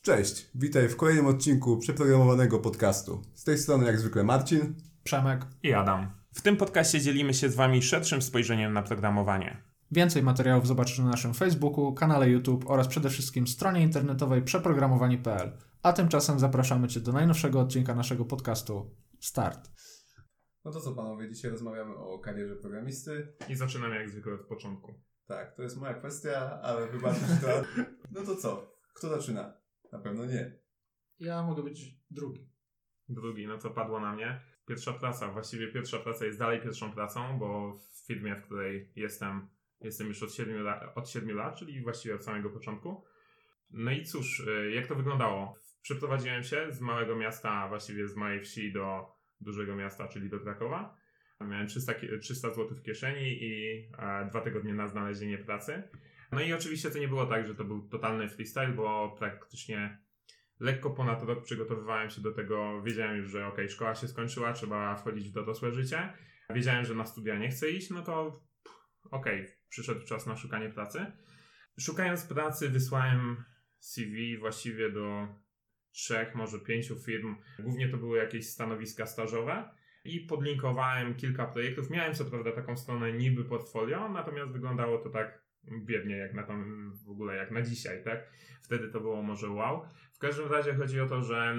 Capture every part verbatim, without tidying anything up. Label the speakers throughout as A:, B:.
A: Cześć, witaj w kolejnym odcinku przeprogramowanego podcastu. Z tej strony jak zwykle Marcin,
B: Przemek
C: i Adam. W tym podcaście dzielimy się z Wami szerszym spojrzeniem na programowanie.
B: Więcej materiałów zobaczysz na naszym Facebooku, kanale YouTube oraz przede wszystkim stronie internetowej przeprogramowanie kropka p l. A tymczasem zapraszamy Cię do najnowszego odcinka naszego podcastu. Start.
A: No to co panowie, dzisiaj rozmawiamy o karierze programisty.
C: I zaczynamy jak zwykle od początku.
A: Tak, to jest moja kwestia, ale wybaczyć to. No to co? Kto zaczyna? Na pewno nie.
B: Ja mogę być drugi.
C: Drugi, no co padło na mnie? Pierwsza praca. Właściwie pierwsza praca jest dalej pierwszą pracą, bo w firmie, w której jestem, jestem już od siedmiu lat, od siedmiu lat, czyli właściwie od samego początku. No i cóż, jak to wyglądało? Przeprowadziłem się z małego miasta, właściwie z małej wsi do dużego miasta, czyli do Krakowa. Miałem trzysta złotych w kieszeni i e, dwa tygodnie na znalezienie pracy. No i oczywiście to nie było tak, że to był totalny freestyle, bo praktycznie lekko ponad rok przygotowywałem się do tego. Wiedziałem już, że okej, szkoła się skończyła, trzeba wchodzić w dorosłe życie. Wiedziałem, że na studia nie chcę iść, no to okej, przyszedł czas na szukanie pracy. Szukając pracy wysłałem C V właściwie do trzech, może pięciu firm. Głównie to były jakieś stanowiska stażowe. I podlinkowałem kilka projektów. Miałem co prawda taką stronę niby portfolio, natomiast wyglądało to tak biednie jak na tam w ogóle jak na dzisiaj, tak? Wtedy to było może wow. W każdym razie chodzi o to, że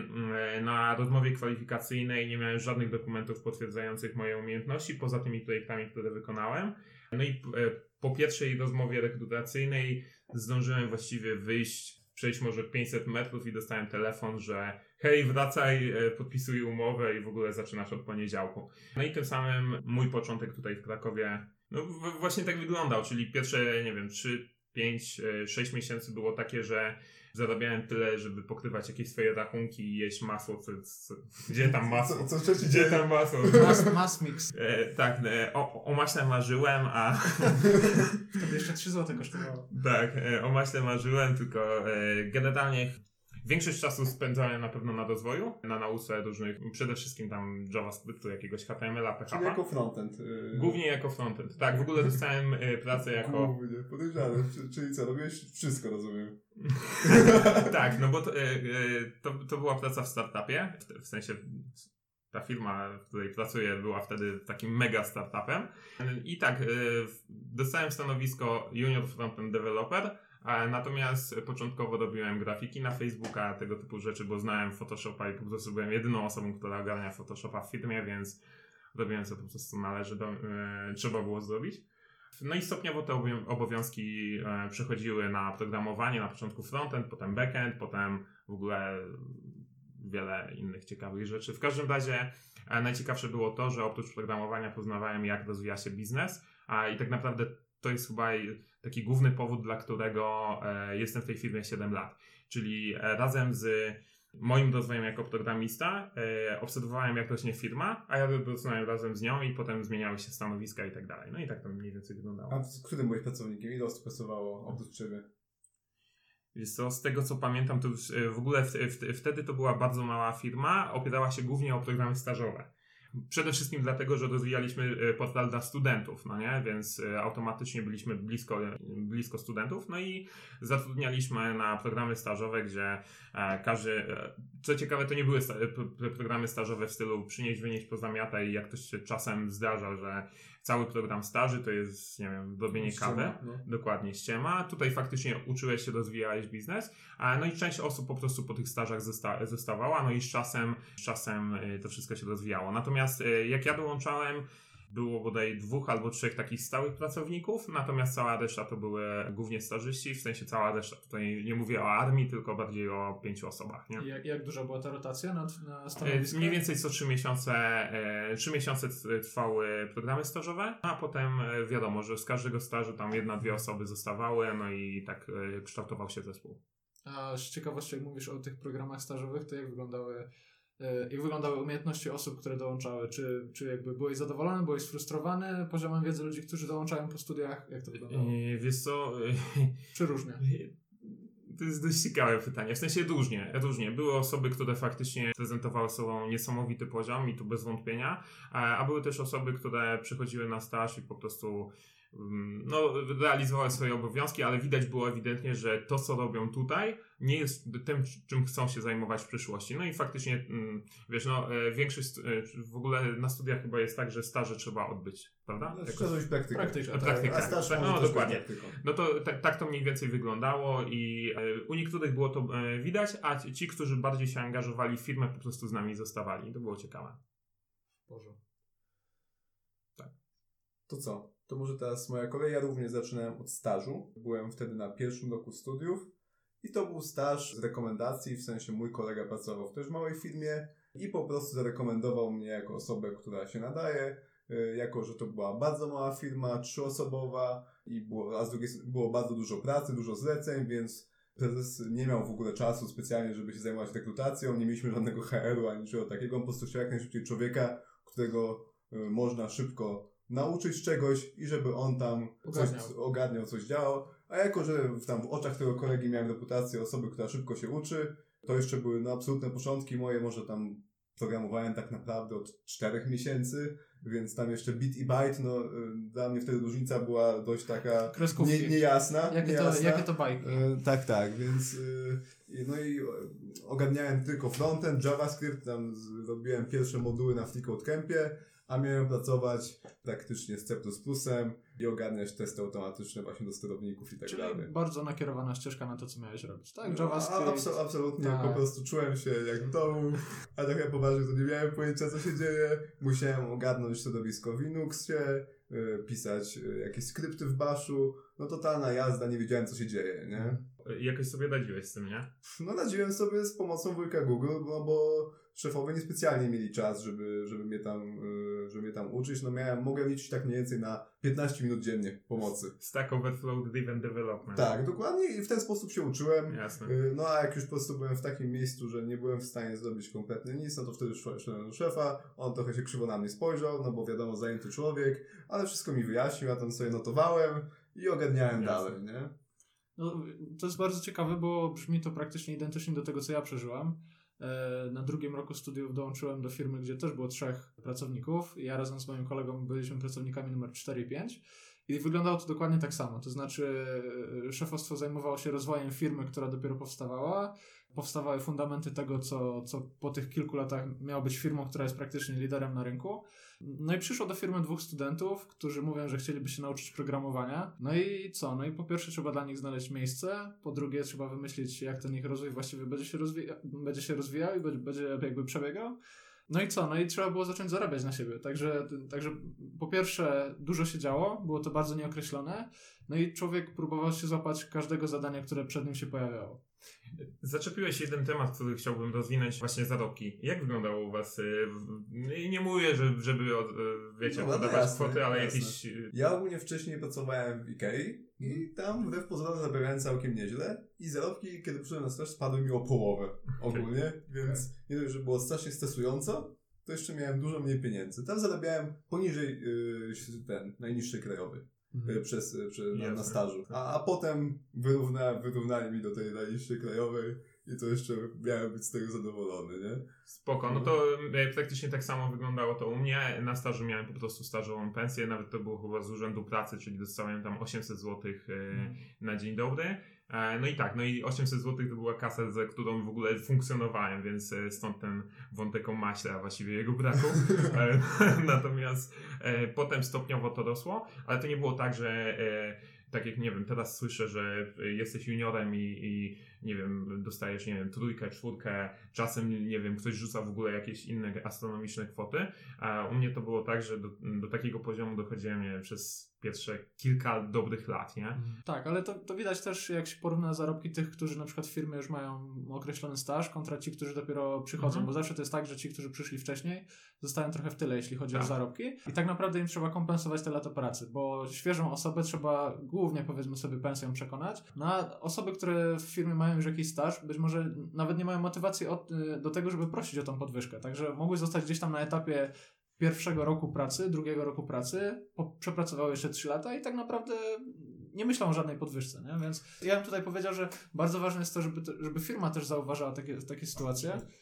C: na rozmowie kwalifikacyjnej nie miałem żadnych dokumentów potwierdzających moje umiejętności, poza tymi projektami, które wykonałem. No i po pierwszej rozmowie rekrutacyjnej zdążyłem właściwie wyjść, przejść może pięćset metrów i dostałem telefon, że hej, wracaj, podpisuj umowę i w ogóle zaczynasz od poniedziałku. No i tym samym mój początek tutaj w Krakowie, no w- właśnie tak wyglądał, czyli pierwsze, nie wiem, trzy, pięć, sześć miesięcy było takie, że zarabiałem tyle, żeby pokrywać jakieś swoje rachunki i jeść masło, co, co, gdzie tam masło?
A: Co, co
C: Gdzie tam masło?
B: Mas, mas mix.
C: E, tak, e, o, o maśle marzyłem, a...
B: Wtedy jeszcze trzy złote kosztowało.
C: Tak, e, o maśle marzyłem, tylko e, generalnie większość czasu spędzałem na pewno na rozwoju, na nauce różnych, przede wszystkim tam JavaScriptu, jakiegoś H T M L a, P H P.
A: Czyli jako frontend. Yy...
C: Głównie jako frontend. Tak, w ogóle dostałem y, pracę jako...
A: Głównie, podejrzane. Czyli co, robiłeś wszystko, rozumiem.
C: Tak, no bo to, y, y, to, to była praca w startupie, w, w sensie ta firma, w której pracuję, była wtedy takim mega startupem. I tak, y, dostałem stanowisko Junior Frontend Developer, a natomiast początkowo robiłem grafiki na Facebooka, tego typu rzeczy, bo znałem Photoshopa i po prostu byłem jedyną osobą, która ogarnia Photoshopa w firmie, więc robiłem co po prostu należy, do, e, trzeba było zrobić. No i stopniowo te obowiązki e, przechodziły na programowanie, na początku frontend, potem backend, potem w ogóle wiele innych ciekawych rzeczy. W każdym razie e, najciekawsze było to, że oprócz programowania poznawałem, jak rozwija się biznes, a i tak naprawdę to jest chyba taki główny powód, dla którego e, jestem w tej firmie siedem lat. Czyli e, razem z moim rozwojem jako programista e, obserwowałem, jak rośnie firma, a ja rosnąłem razem z nią i potem zmieniały się stanowiska i tak dalej. No i tak to mniej więcej wyglądało.
A: A z którym byłeś pracownikiem? Ile osób pracowało oprócz ciebie?
C: Wiesz co, z tego co pamiętam, to już w ogóle w, w, wtedy to była bardzo mała firma, opierała się głównie o programy stażowe. Przede wszystkim dlatego, że rozwijaliśmy portal dla studentów, no nie? Więc automatycznie byliśmy blisko, blisko studentów, no i zatrudnialiśmy na programy stażowe, gdzie każdy, co ciekawe, to nie były sta- programy stażowe w stylu przynieść, wynieść, pozamiataj, jak to się czasem zdarza, że cały program staży to jest, nie wiem, robienie kawy,
A: no.
C: Dokładnie, ściema. Tutaj faktycznie uczyłeś się, rozwijałeś biznes, no i część osób po prostu po tych stażach zosta- zostawała, no i z czasem, z czasem to wszystko się rozwijało. Natomiast jak ja dołączałem, było bodaj dwóch albo trzech takich stałych pracowników, natomiast cała reszta to były głównie stażyści, w sensie cała reszta, tutaj nie mówię o armii, tylko bardziej o pięciu osobach. Nie?
B: Jak, jak duża była ta rotacja na, na stanowiskach?
C: Mniej więcej co trzy miesiące, e, trzy miesiące trwały programy stażowe, a potem e, wiadomo, że z każdego stażu tam jedna, dwie osoby zostawały, no i tak e, kształtował się zespół.
B: A z ciekawości, jak mówisz o tych programach stażowych, to jak wyglądały Jak wyglądały umiejętności osób, które dołączały? Czy, czy jakby byłeś zadowolony, byłeś sfrustrowany poziomem wiedzy ludzi, którzy dołączają po studiach? Jak to wyglądało?
C: Yy, wiesz co?
B: Czy różnie?
C: To jest dość ciekawe pytanie. W sensie różnie, różnie. Były osoby, które faktycznie prezentowały sobą niesamowity poziom i tu bez wątpienia, a były też osoby, które przychodziły na staż i po prostu no, realizowały swoje obowiązki, ale widać było ewidentnie, że to, co robią tutaj, nie jest tym, czym chcą się zajmować w przyszłości. No i faktycznie, wiesz, no, większość, w ogóle na studiach chyba jest tak, że staże trzeba odbyć, prawda?
A: No, trzeba zrobić praktykę.
B: Praktyka,
A: tak.
C: praktyka.
A: A staż
C: Tak,
A: może
C: no
A: też
C: dokładnie.
A: być praktyką.
C: No to tak, tak to mniej więcej wyglądało i u niektórych było to widać, a ci, którzy bardziej się angażowali w firmę, po prostu z nami zostawali. To było ciekawe.
B: Boże.
A: Tak. To co? To może teraz moja kolej. Ja również zaczynałem od stażu. Byłem wtedy na pierwszym roku studiów i to był staż z rekomendacji, w sensie mój kolega pracował w też małej firmie i po prostu zarekomendował mnie jako osobę, która się nadaje, jako że to była bardzo mała firma, trzyosobowa i było, a z drugiej strony było bardzo dużo pracy, dużo zleceń, więc prezes nie miał w ogóle czasu specjalnie, żeby się zajmować rekrutacją, nie mieliśmy żadnego H R-u ani niczego takiego, on po prostu chciał jak najszybciej człowieka, którego można szybko nauczyć czegoś i żeby on tam coś
B: Ogarniał.
A: ogarniał, coś działał. A jako, że w, tam w oczach tego kolegi miałem reputację osoby, która szybko się uczy, to jeszcze były no, absolutne początki moje, może tam programowałem tak naprawdę od czterech miesięcy, więc tam jeszcze bit i byte, no dla mnie wtedy różnica była dość taka nie, niejasna.
B: Jakie,
A: niejasna.
B: To, jakie to bajki?
A: E, tak, tak, więc e, no i ogarniałem tylko frontend, JavaScript, tam robiłem pierwsze moduły na FreeCodeCampie, a miałem pracować praktycznie z C plus plus i ogarniać testy automatyczne właśnie do sterowników i tak
B: Czyli
A: dalej.
B: bardzo nakierowana ścieżka na to, co miałeś robić, tak?
A: No,
B: JavaScript.
A: abso- absolutnie,
B: tak.
A: Po prostu czułem się jak w domu, a tak poważnie to nie miałem pojęcia, co się dzieje. Musiałem ogarnąć środowisko w Linuxie, yy, pisać yy, jakieś skrypty w Bashu. No totalna jazda, nie wiedziałem, co się dzieje, nie?
C: Jakoś sobie radziłeś z tym, nie?
A: No radziłem sobie z pomocą wujka Google, no bo szefowie niespecjalnie mieli czas, żeby, żeby, mnie tam, yy, żeby mnie tam uczyć. No miałem, mogłem liczyć tak mniej więcej na piętnaście minut dziennie pomocy.
C: Stack Overflow Driven Development.
A: Tak, dokładnie i w ten sposób się uczyłem.
C: Jasne.
A: Yy, no a jak już po prostu byłem w takim miejscu, że nie byłem w stanie zrobić kompletnie nic, no to wtedy szedłem do szefa, on trochę się krzywo na mnie spojrzał, no bo wiadomo, zajęty człowiek, ale wszystko mi wyjaśnił, ja tam sobie notowałem i ogarniałem
C: Jasne.
A: dalej, nie?
B: No, to jest bardzo ciekawe, bo brzmi to praktycznie identycznie do tego, co ja przeżyłam. Na drugim roku studiów dołączyłem do firmy, gdzie też było trzech pracowników. Ja razem z moim kolegą byliśmy pracownikami numer cztery i pięć. I wyglądało to dokładnie tak samo. To znaczy szefostwo zajmowało się rozwojem firmy, która dopiero powstawała. Powstawały fundamenty tego, co, co po tych kilku latach miało być firmą, która jest praktycznie liderem na rynku. No i przyszło do firmy dwóch studentów, którzy mówią, że chcieliby się nauczyć programowania. No i co? No i po pierwsze trzeba dla nich znaleźć miejsce, po drugie trzeba wymyślić, jak ten ich rozwój właściwie będzie się, rozwija- będzie się rozwijał i będzie, będzie jakby przebiegał. No i co? No i trzeba było zacząć zarabiać na siebie. Także, także po pierwsze dużo się działo, było to bardzo nieokreślone. No i człowiek próbował się złapać każdego zadania, które przed nim się pojawiało.
C: Zaczepiłeś jeden temat, który chciałbym rozwinąć, właśnie zarobki. Jak wyglądało u was? Nie mówię, że, żeby od, wiecie,
A: No,
C: podawać
A: jasne,
C: kwoty, ale
A: jasne.
C: jakieś...
A: Ja ogólnie wcześniej pracowałem w Ikei i tam wbrew pozorom zarabiałem całkiem nieźle i zarobki, kiedy przyszedłem na staż, spadły mi o połowę ogólnie, więc nie dość, że było strasznie stresująco, to jeszcze miałem dużo mniej pieniędzy. Tam zarabiałem poniżej yy, ten najniższy krajowy.
B: Mhm.
A: Przez, przez, na, na
C: Jasne.
A: stażu. A, a potem wyrówna, wyrównali mi do tej najniższej krajowej i to jeszcze miałem być z tego zadowolony, nie?
C: Spoko, no to e, praktycznie tak samo wyglądało to u mnie. Na stażu miałem po prostu stażową pensję, nawet to było chyba z urzędu pracy, czyli dostałem tam osiemset złotych e,
B: Mhm.
C: na dzień dobry. E, no i tak, no i osiemset złotych to była kasa, za którą w ogóle funkcjonowałem, więc e, stąd ten wątek o maśle, a właściwie jego braku. E, natomiast e, potem stopniowo to rosło, ale to nie było tak, że e, tak jak, nie wiem, teraz słyszę, że jesteś juniorem i, i nie wiem, dostajesz, nie wiem, trójkę, czwórkę, czasem, nie wiem, ktoś rzuca w ogóle jakieś inne astronomiczne kwoty, a u mnie to było tak, że do, do takiego poziomu dochodziłem, nie wiem, przez pierwsze kilka dobrych lat, nie?
B: Tak, ale to, to widać też, jak się porówna zarobki tych, którzy na przykład w firmie już mają określony staż, kontra ci, którzy dopiero przychodzą,
C: Mhm.
B: bo zawsze to jest tak, że ci, którzy przyszli wcześniej, zostają trochę w tyle, jeśli chodzi
C: Tak.
B: o zarobki i tak naprawdę im trzeba kompensować te lata pracy, bo świeżą osobę trzeba głównie, powiedzmy sobie, pensją przekonać, no a osoby, które w firmie mają już jakiś staż, być może nawet nie mają motywacji od, do tego, żeby prosić o tą podwyżkę, także mogły zostać gdzieś tam na etapie pierwszego roku pracy, drugiego roku pracy, po, przepracowały jeszcze trzy lata i tak naprawdę nie myślą o żadnej podwyżce, nie? Więc ja bym tutaj powiedział, że bardzo ważne jest to, żeby, te, żeby firma też zauważała takie, takie sytuacje.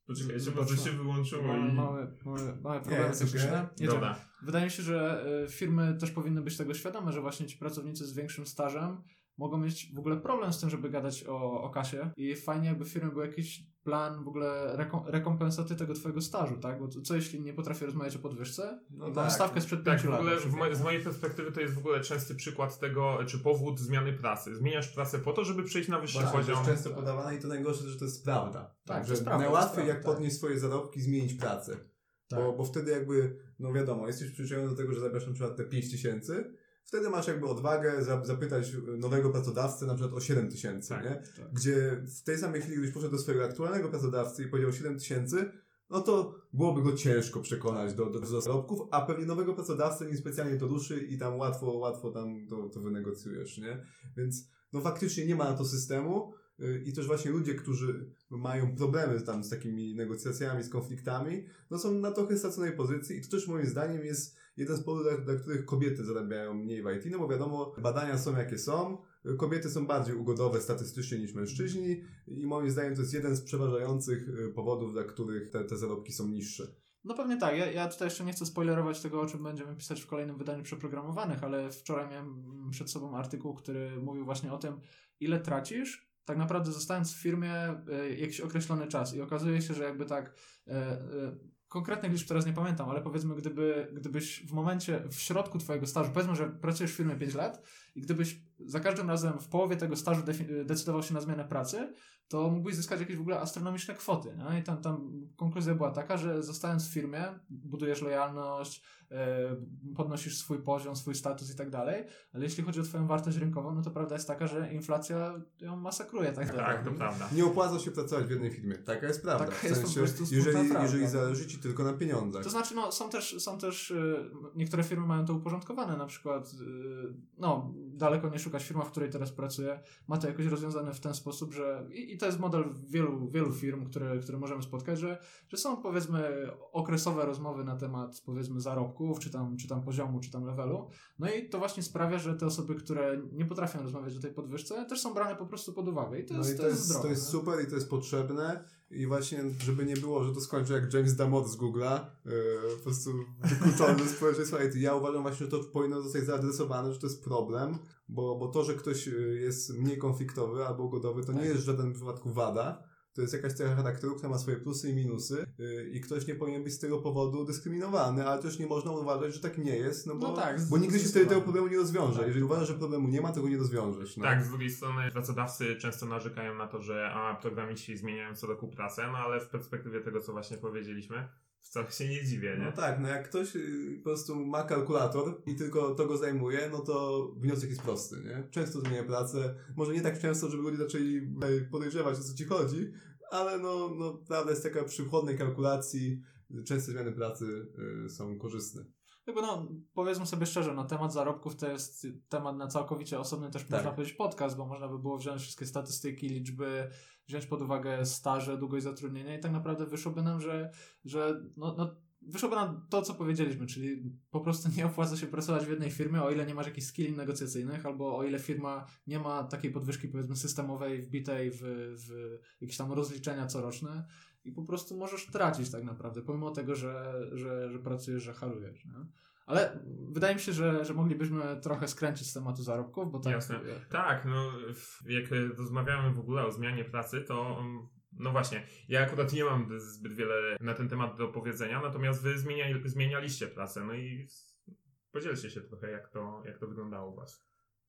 C: Poczekajcie, bo to się wyłączyło
B: Mamy,
C: i...
B: mamy, mamy, mamy problemy
A: jest
B: techniczne.
A: okej.
C: Dobra.
B: Wydaje mi się, że y, firmy też powinny być tego świadome, że właśnie ci pracownicy z większym stażem mogą mieć w ogóle problem z tym, żeby gadać o, o kasie i fajnie jakby w firmie był jakiś plan w ogóle rekom- rekompensaty tego twojego stażu, tak? Bo to, co jeśli nie potrafię rozmawiać o podwyżce?
A: No
B: Mam
A: tak.
B: stawkę sprzed
C: Tak,
B: pięciu
C: w
B: lat.
C: ogóle
B: na
C: w
B: przykład.
C: mo- z mojej perspektywy to jest w ogóle częsty przykład tego, czy powód zmiany pracy. Zmieniasz pracę po to, żeby przejść na wyższy
A: Właśnie, to
C: poziom.
A: jest często podawane i to najgorsze, że to jest prawda.
B: Tak, to
A: że
B: jest prawda, to
A: najłatwiej
B: jest
A: jak
B: prawda,
A: podnieść swoje zarobki, zmienić pracę.
B: Tak.
A: Bo, bo wtedy jakby, no wiadomo, jesteś przyczyniony do tego, że zarabiasz na przykład te pięć tysięcy, wtedy masz jakby odwagę za, zapytać nowego pracodawcę na przykład o siedem tysięcy,
C: Tak,
A: nie?
B: tak.
A: Gdzie w tej samej chwili, gdybyś poszedł do swojego aktualnego pracodawcy i powiedział siedem tysięcy, no to byłoby go ciężko przekonać do, do, do zarobków, a pewnie nowego pracodawcy niespecjalnie to ruszy i tam łatwo, łatwo tam to, to wynegocjujesz, nie? Więc no faktycznie nie ma na to systemu yy, i też właśnie ludzie, którzy mają problemy tam z takimi negocjacjami, z konfliktami, no są na trochę straconej pozycji i to też moim zdaniem jest jeden z powodów, dla, dla których kobiety zarabiają mniej w I T, no bo wiadomo, badania są jakie są, kobiety są bardziej ugodowe statystycznie niż mężczyźni i moim zdaniem to jest jeden z przeważających y, powodów, dla których te, te zarobki są niższe.
B: No pewnie tak. Ja, ja tutaj jeszcze nie chcę spoilerować tego, o czym będziemy pisać w kolejnym wydaniu Przeprogramowanych, ale wczoraj miałem przed sobą artykuł, który mówił właśnie o tym, ile tracisz, tak naprawdę zostając w firmie y, jakiś określony czas i okazuje się, że jakby tak y, y, konkretnych liczb teraz nie pamiętam, ale powiedzmy, gdyby, gdybyś w momencie, w środku twojego stażu, powiedzmy, że pracujesz w firmie pięć lat i gdybyś za każdym razem w połowie tego stażu defi- decydował się na zmianę pracy, to mógłbyś zyskać jakieś w ogóle astronomiczne kwoty. No? I tam, tam konkluzja była taka, że zostając w firmie, budujesz lojalność, yy, podnosisz swój poziom, swój status i tak dalej, ale jeśli chodzi o twoją wartość rynkową, no to prawda jest taka, że inflacja ją masakruje. Tak,
C: Tak, to prawda.
A: Nie opłaca się pracować w jednej firmie. Taka jest prawda.
B: Taka
A: w
B: jest po
A: sensie,
B: prostu smutna
A: jeżeli,
B: prawda.
A: jeżeli zależy ci tylko na pieniądzach.
B: To znaczy, no, są też, są też yy, niektóre firmy mają to uporządkowane, na przykład, yy, no, daleko nie szukać, firma, w której teraz pracuję, ma to jakoś rozwiązane w ten sposób, że i, i to jest model wielu, wielu firm, które, które możemy spotkać, że, że są, powiedzmy, okresowe rozmowy na temat, powiedzmy, zarobków, czy tam, czy tam poziomu, czy tam levelu, no i to właśnie sprawia, że te osoby, które nie potrafią rozmawiać o tej podwyżce, też są brane po prostu pod uwagę i to
A: No
B: jest,
A: i
B: to
A: to
B: jest
A: jest,
B: zdrowe.
A: to jest
B: nie?
A: super i to jest potrzebne i właśnie, żeby nie było, że to skończy jak James Damore z Google'a, yy, po prostu wykluczony ze społeczeństwa I T. Ja uważam właśnie, że to powinno zostać zaadresowane, że to jest problem, bo, bo to, że ktoś jest mniej konfliktowy albo ugodowy, to
B: Tak.
A: nie jest w żadnym przypadku wada. To jest jakaś cecha charakteru, która ma swoje plusy i minusy yy, i ktoś nie powinien być z tego powodu dyskryminowany, ale też nie można uważać, że tak nie jest, no bo,
B: No tak,
A: bo nigdy się wtedy tego
B: zdecydowanie.
A: problemu nie rozwiąże.
B: Tak.
A: Jeżeli uważasz, że problemu nie ma, to go nie rozwiążesz. No.
C: Tak, z drugiej strony pracodawcy często narzekają na to, że a, programiści zmieniają co roku pracę, no ale w perspektywie tego, co właśnie powiedzieliśmy, wcale się nie dziwię, nie?
A: No tak, no jak ktoś y, po prostu ma kalkulator i tylko to go zajmuje, no to wniosek jest prosty, nie? Często zmienia pracę, może nie tak często, żeby ludzie zaczęli e, podejrzewać, o co ci chodzi, ale no, no prawda jest taka przy chłodnej kalkulacji, częste zmiany pracy y, są korzystne.
B: Jakby no, powiedzmy sobie szczerze, no temat zarobków to jest temat na całkowicie osobny też
A: Tak.
B: można powiedzieć podcast, bo można by było wziąć wszystkie statystyki, liczby, wziąć pod uwagę staże, długość zatrudnienia i tak naprawdę wyszłoby nam, że, że no, no, wyszłoby nam to, co powiedzieliśmy, czyli po prostu nie opłaca się pracować w jednej firmie, o ile nie masz jakichś skilli negocjacyjnych, albo o ile firma nie ma takiej podwyżki, powiedzmy, systemowej, wbitej w, w jakieś tam rozliczenia coroczne i po prostu możesz tracić tak naprawdę, pomimo tego, że, że, że pracujesz, że halujesz. Nie? Ale wydaje mi się, że, że moglibyśmy trochę skręcić z tematu zarobków, bo tak...
C: Jasne. Tak, no jak rozmawiamy w ogóle o zmianie pracy, to no właśnie, ja akurat nie mam zbyt wiele na ten temat do powiedzenia, natomiast wy zmienia, zmienialiście pracę, no i podzielcie się trochę, jak to, jak to wyglądało u was.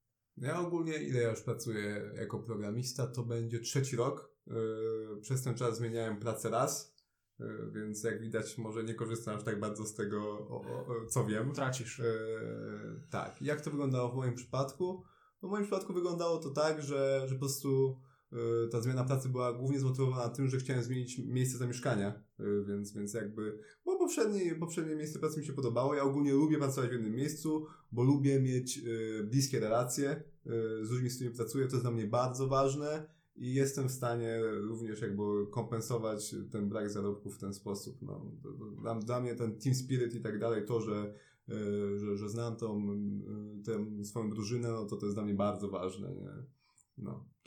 A: Ja ogólnie, ile ja już pracuję jako programista, to będzie trzeci rok. Yy, przez ten czas zmieniałem pracę raz, yy, więc jak widać może nie korzystam aż tak bardzo z tego, o, o, co wiem.
B: Tracisz.
A: Yy, tak. Jak to wyglądało w moim przypadku? No w moim przypadku wyglądało to tak, że, że po prostu yy, ta zmiana pracy była głównie zmotywowana tym, że chciałem zmienić miejsce zamieszkania, yy, więc, więc jakby, bo poprzednie, poprzednie miejsce pracy mi się podobało. Ja ogólnie lubię pracować w jednym miejscu, bo lubię mieć yy, bliskie relacje yy, z ludźmi, z którymi pracuję. To jest dla mnie bardzo ważne. I jestem w stanie również jakby kompensować ten brak zarobków w ten sposób. No, dla, dla mnie ten team spirit i tak dalej, to, że, yy, że, że znam tą, yy, tę swoją drużynę, no to to jest dla mnie bardzo ważne. Nie? No.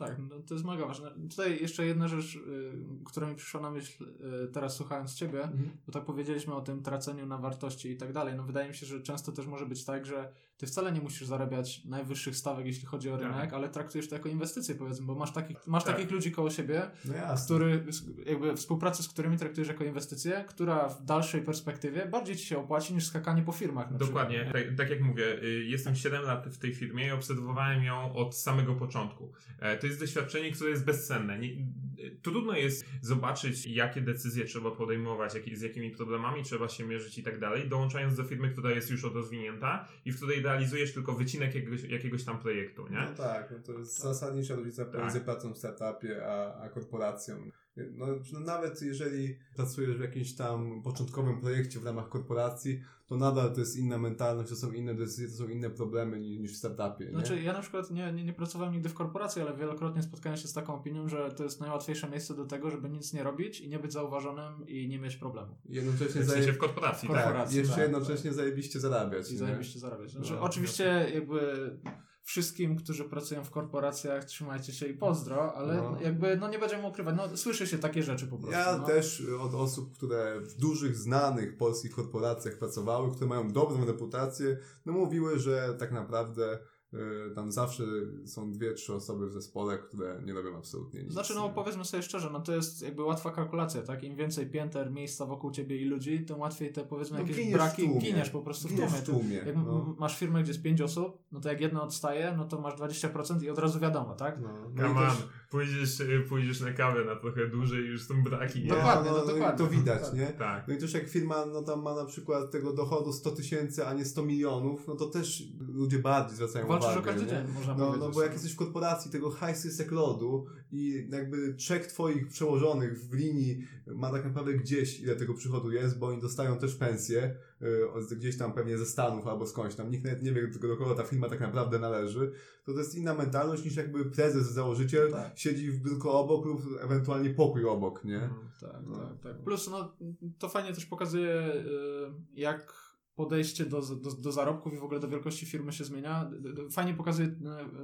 B: Tak, no to jest mega ważne. Tutaj jeszcze jedna rzecz, y, która mi przyszła na myśl y, teraz słuchając Ciebie, mhm. bo tak powiedzieliśmy o tym traceniu na wartości i tak dalej. No wydaje mi się, że często też może być tak, że Ty wcale nie musisz zarabiać najwyższych stawek, jeśli chodzi o rynek, tak. ale traktujesz to jako inwestycję, powiedzmy, bo masz takich, masz tak. takich ludzi koło siebie, no który, jakby współpracę z którymi traktujesz jako inwestycję, która w dalszej perspektywie bardziej Ci się opłaci niż skakanie po firmach.
C: Dokładnie, tak, tak jak mówię, jestem siedem lat w tej firmie i obserwowałem ją od samego początku. To jest doświadczenie, które jest bezcenne. Nie, trudno jest zobaczyć, jakie decyzje trzeba podejmować, jak, z jakimi problemami trzeba się mierzyć i tak dalej, dołączając do firmy, która jest już rozwinięta i w której realizujesz tylko wycinek jakiegoś, jakiegoś tam projektu, nie?
A: No tak, no to jest zasadnicza różnica pomiędzy tak. pracą w startupie a, a korporacją. No, no nawet jeżeli pracujesz w jakimś tam początkowym projekcie w ramach korporacji, to nadal to jest inna mentalność, to są inne decyzje, to są inne problemy niż, niż w startupie. Nie?
B: Znaczy ja na przykład nie, nie, nie pracowałem nigdy w korporacji, ale wielokrotnie spotkałem się z taką opinią, że to jest najłatwiejsze miejsce do tego, żeby nic nie robić i nie być zauważonym i nie mieć problemu.
A: Jednocześnie
C: w sensie zaje... w korporacji.
A: Tak,
B: korporacji,
A: jeszcze
B: tak,
A: jednocześnie tak. zajebiście zarabiać.
B: I
A: nie?
B: zajebiście zarabiać. Znaczy
A: no,
B: oczywiście no. jakby... Wszystkim, którzy pracują w korporacjach, trzymajcie się i pozdro, ale no. jakby no nie będziemy ukrywać, no słyszy się takie rzeczy po prostu.
A: Ja
B: no.
A: też od osób, które w dużych, znanych polskich korporacjach pracowały, które mają dobrą reputację, no mówiły, że tak naprawdę y, tam zawsze są dwie, trzy osoby w zespole, które nie robią absolutnie nic.
B: Znaczy no powiedzmy sobie szczerze, no to jest jakby łatwa kalkulacja, tak? Im więcej pięter, miejsca wokół ciebie i ludzi, tym łatwiej te powiedzmy
A: no,
B: jakieś braki, giniesz po prostu w tłumie.
A: W tłumie.
B: Jak
A: no.
B: masz firmę, gdzie jest pięć osób, no to jak jedna odstaje, no to masz dwadzieścia procent i od razu wiadomo, tak?
A: No,
C: no Come on, też... pójdziesz, pójdziesz na kawę na trochę dłużej i już są braki.
B: Dokładnie,
A: no,
B: no, dokładnie.
A: To widać,
B: tak.
A: nie?
C: Tak.
A: No i też jak firma no tam ma na przykład tego dochodu sto tysięcy, a nie sto milionów, no to też ludzie bardziej zwracają
B: Walczysz
A: uwagę.
B: Walczysz o każdy dzień, można
A: no,
B: powiedzieć.
A: No bo jak jesteś w korporacji, tego hajsu jest jak lodu i jakby trzech twoich przełożonych w linii ma tak naprawdę gdzieś ile tego przychodu jest, bo oni dostają też pensję yy, gdzieś tam pewnie ze Stanów albo skądś tam. Nikt nawet nie wie, do kogo ta firma tak naprawdę należy. To to jest inna mentalność niż jakby prezes, założyciel tak. siedzi w biurko obok lub ewentualnie pokój obok, nie?
B: Mm, tak, no. tak, tak. Plus no, to fajnie też pokazuje yy, jak podejście do, do, do zarobków i w ogóle do wielkości firmy się zmienia. Fajnie pokazuje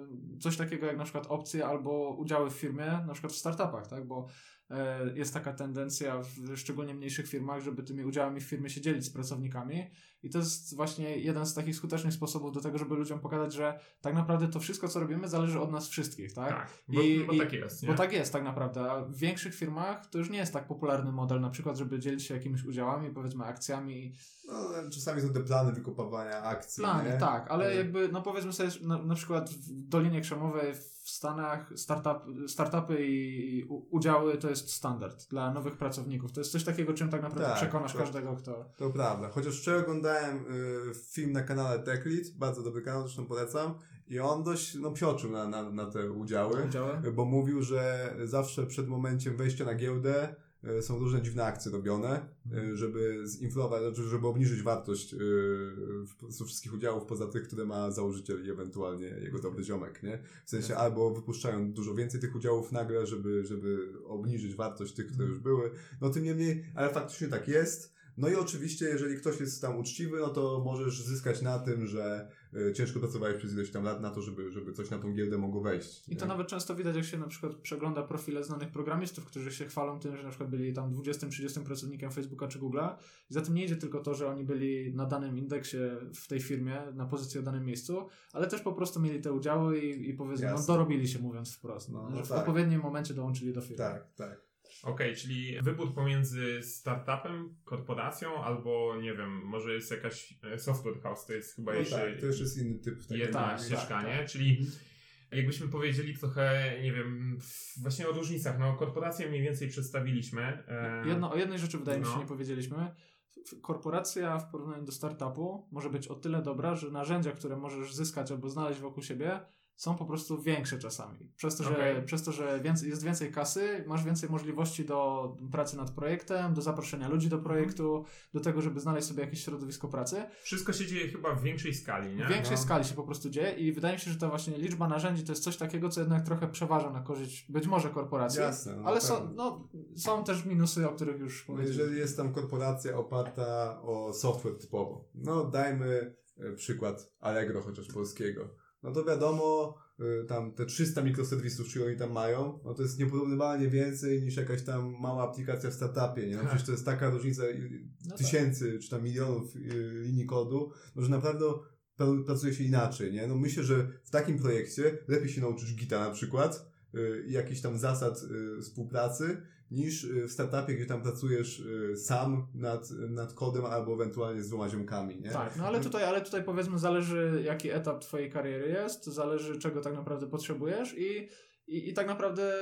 B: coś takiego jak na przykład opcje albo udziały w firmie, na przykład w startupach, tak? Bo jest taka tendencja w szczególnie mniejszych firmach, żeby tymi udziałami w firmie się dzielić z pracownikami i to jest właśnie jeden z takich skutecznych sposobów do tego, żeby ludziom pokazać, że tak naprawdę to wszystko, co robimy, zależy od nas wszystkich, tak?
C: Tak, bo,
B: I,
C: bo
B: i,
C: tak jest. Nie?
B: Bo tak jest tak naprawdę, a w większych firmach to już nie jest tak popularny model, na przykład, żeby dzielić się jakimiś udziałami, powiedzmy akcjami.
A: No, czasami są te plany wykupywania akcji.
B: Plany,
A: nie?
B: tak, ale jakby, no powiedzmy sobie, na, na przykład w Dolinie Krzemowej w Stanach startup, startupy i udziały to jest standard dla nowych pracowników. To jest coś takiego, czym tak naprawdę tak, przekonasz to, każdego, kto...
A: To prawda. Chociaż wczoraj oglądałem y, film na kanale TechLead, bardzo dobry kanał, zresztą polecam, i on dość no, psioczył na, na, na te udziały,
B: udziały,
A: bo mówił, że zawsze przed momentem wejścia na giełdę są różne dziwne akcje robione, żeby zinflować, żeby obniżyć wartość wszystkich udziałów poza tych, które ma założyciel i ewentualnie jego dobry ziomek, nie? W sensie albo wypuszczają dużo więcej tych udziałów nagle, żeby, żeby obniżyć wartość tych, które już były. No tym niemniej, ale faktycznie tak jest. No i oczywiście, jeżeli ktoś jest tam uczciwy, no to możesz zyskać na tym, że y, ciężko pracowałeś przez ileś tam lat na to, żeby, żeby coś na tą giełdę mogło wejść.
B: I to nie? Nawet często widać, jak się na przykład przegląda profile znanych programistów, którzy się chwalą tym, że na przykład byli tam dwudziestym trzydziestym pracownikiem Facebooka czy Google'a. I za tym nie idzie tylko to, że oni byli na danym indeksie w tej firmie, na pozycji o danym miejscu, ale też po prostu mieli te udziały i, i powiedzmy, no, dorobili się, mówiąc wprost. No, no, że w tak. odpowiednim momencie dołączyli do firmy.
A: Tak, tak.
C: Okej, okay, czyli wybór pomiędzy startupem, korporacją albo, nie wiem, może jest jakaś software house, to jest chyba
A: no
C: jeszcze...
A: tak, to już jest inny typ.
C: Jedna
A: tak,
C: ścieżka,
A: tak,
C: nie?
A: tak.
C: Czyli jakbyśmy powiedzieli trochę, nie wiem, właśnie o różnicach. No, korporację mniej więcej przedstawiliśmy.
B: Jedno, o jednej rzeczy wydaje mi się
C: no.
B: nie powiedzieliśmy. Korporacja w porównaniu do startupu może być o tyle dobra, że narzędzia, które możesz zyskać albo znaleźć wokół siebie, są po prostu większe czasami. Przez to, że, okay. przez to, że więcej, jest więcej kasy, masz więcej możliwości do pracy nad projektem, do zaproszenia ludzi do projektu, do tego, żeby znaleźć sobie jakieś środowisko pracy.
C: Wszystko się dzieje chyba w większej skali, nie?
B: W większej
C: no.
B: skali się po prostu dzieje i wydaje mi się, że ta właśnie liczba narzędzi to jest coś takiego, co jednak trochę przeważa na korzyść być może korporacji.
A: Jasne. No
B: ale są, no, są też minusy, o których już powiedzieliśmy.
A: Jeżeli jest tam korporacja oparta o software typowo, no dajmy przykład Allegro chociaż polskiego. No to wiadomo, tam te trzysta mikroserwisów, czy oni tam mają, no to jest nieporównywalnie więcej niż jakaś tam mała aplikacja w startupie, nie? No przecież to jest taka różnica
B: No
A: tysięcy, tak. czy tam milionów linii kodu, no, że naprawdę pracuje się inaczej, nie? No myślę, że w takim projekcie lepiej się nauczyć Gita na przykład i jakichś tam zasad współpracy, niż w startupie, gdzie tam pracujesz sam nad, nad kodem albo ewentualnie z dwoma ziomkami, nie?
B: Tak, no ale tutaj, ale tutaj powiedzmy zależy jaki etap twojej kariery jest, zależy czego tak naprawdę potrzebujesz i, i, i tak naprawdę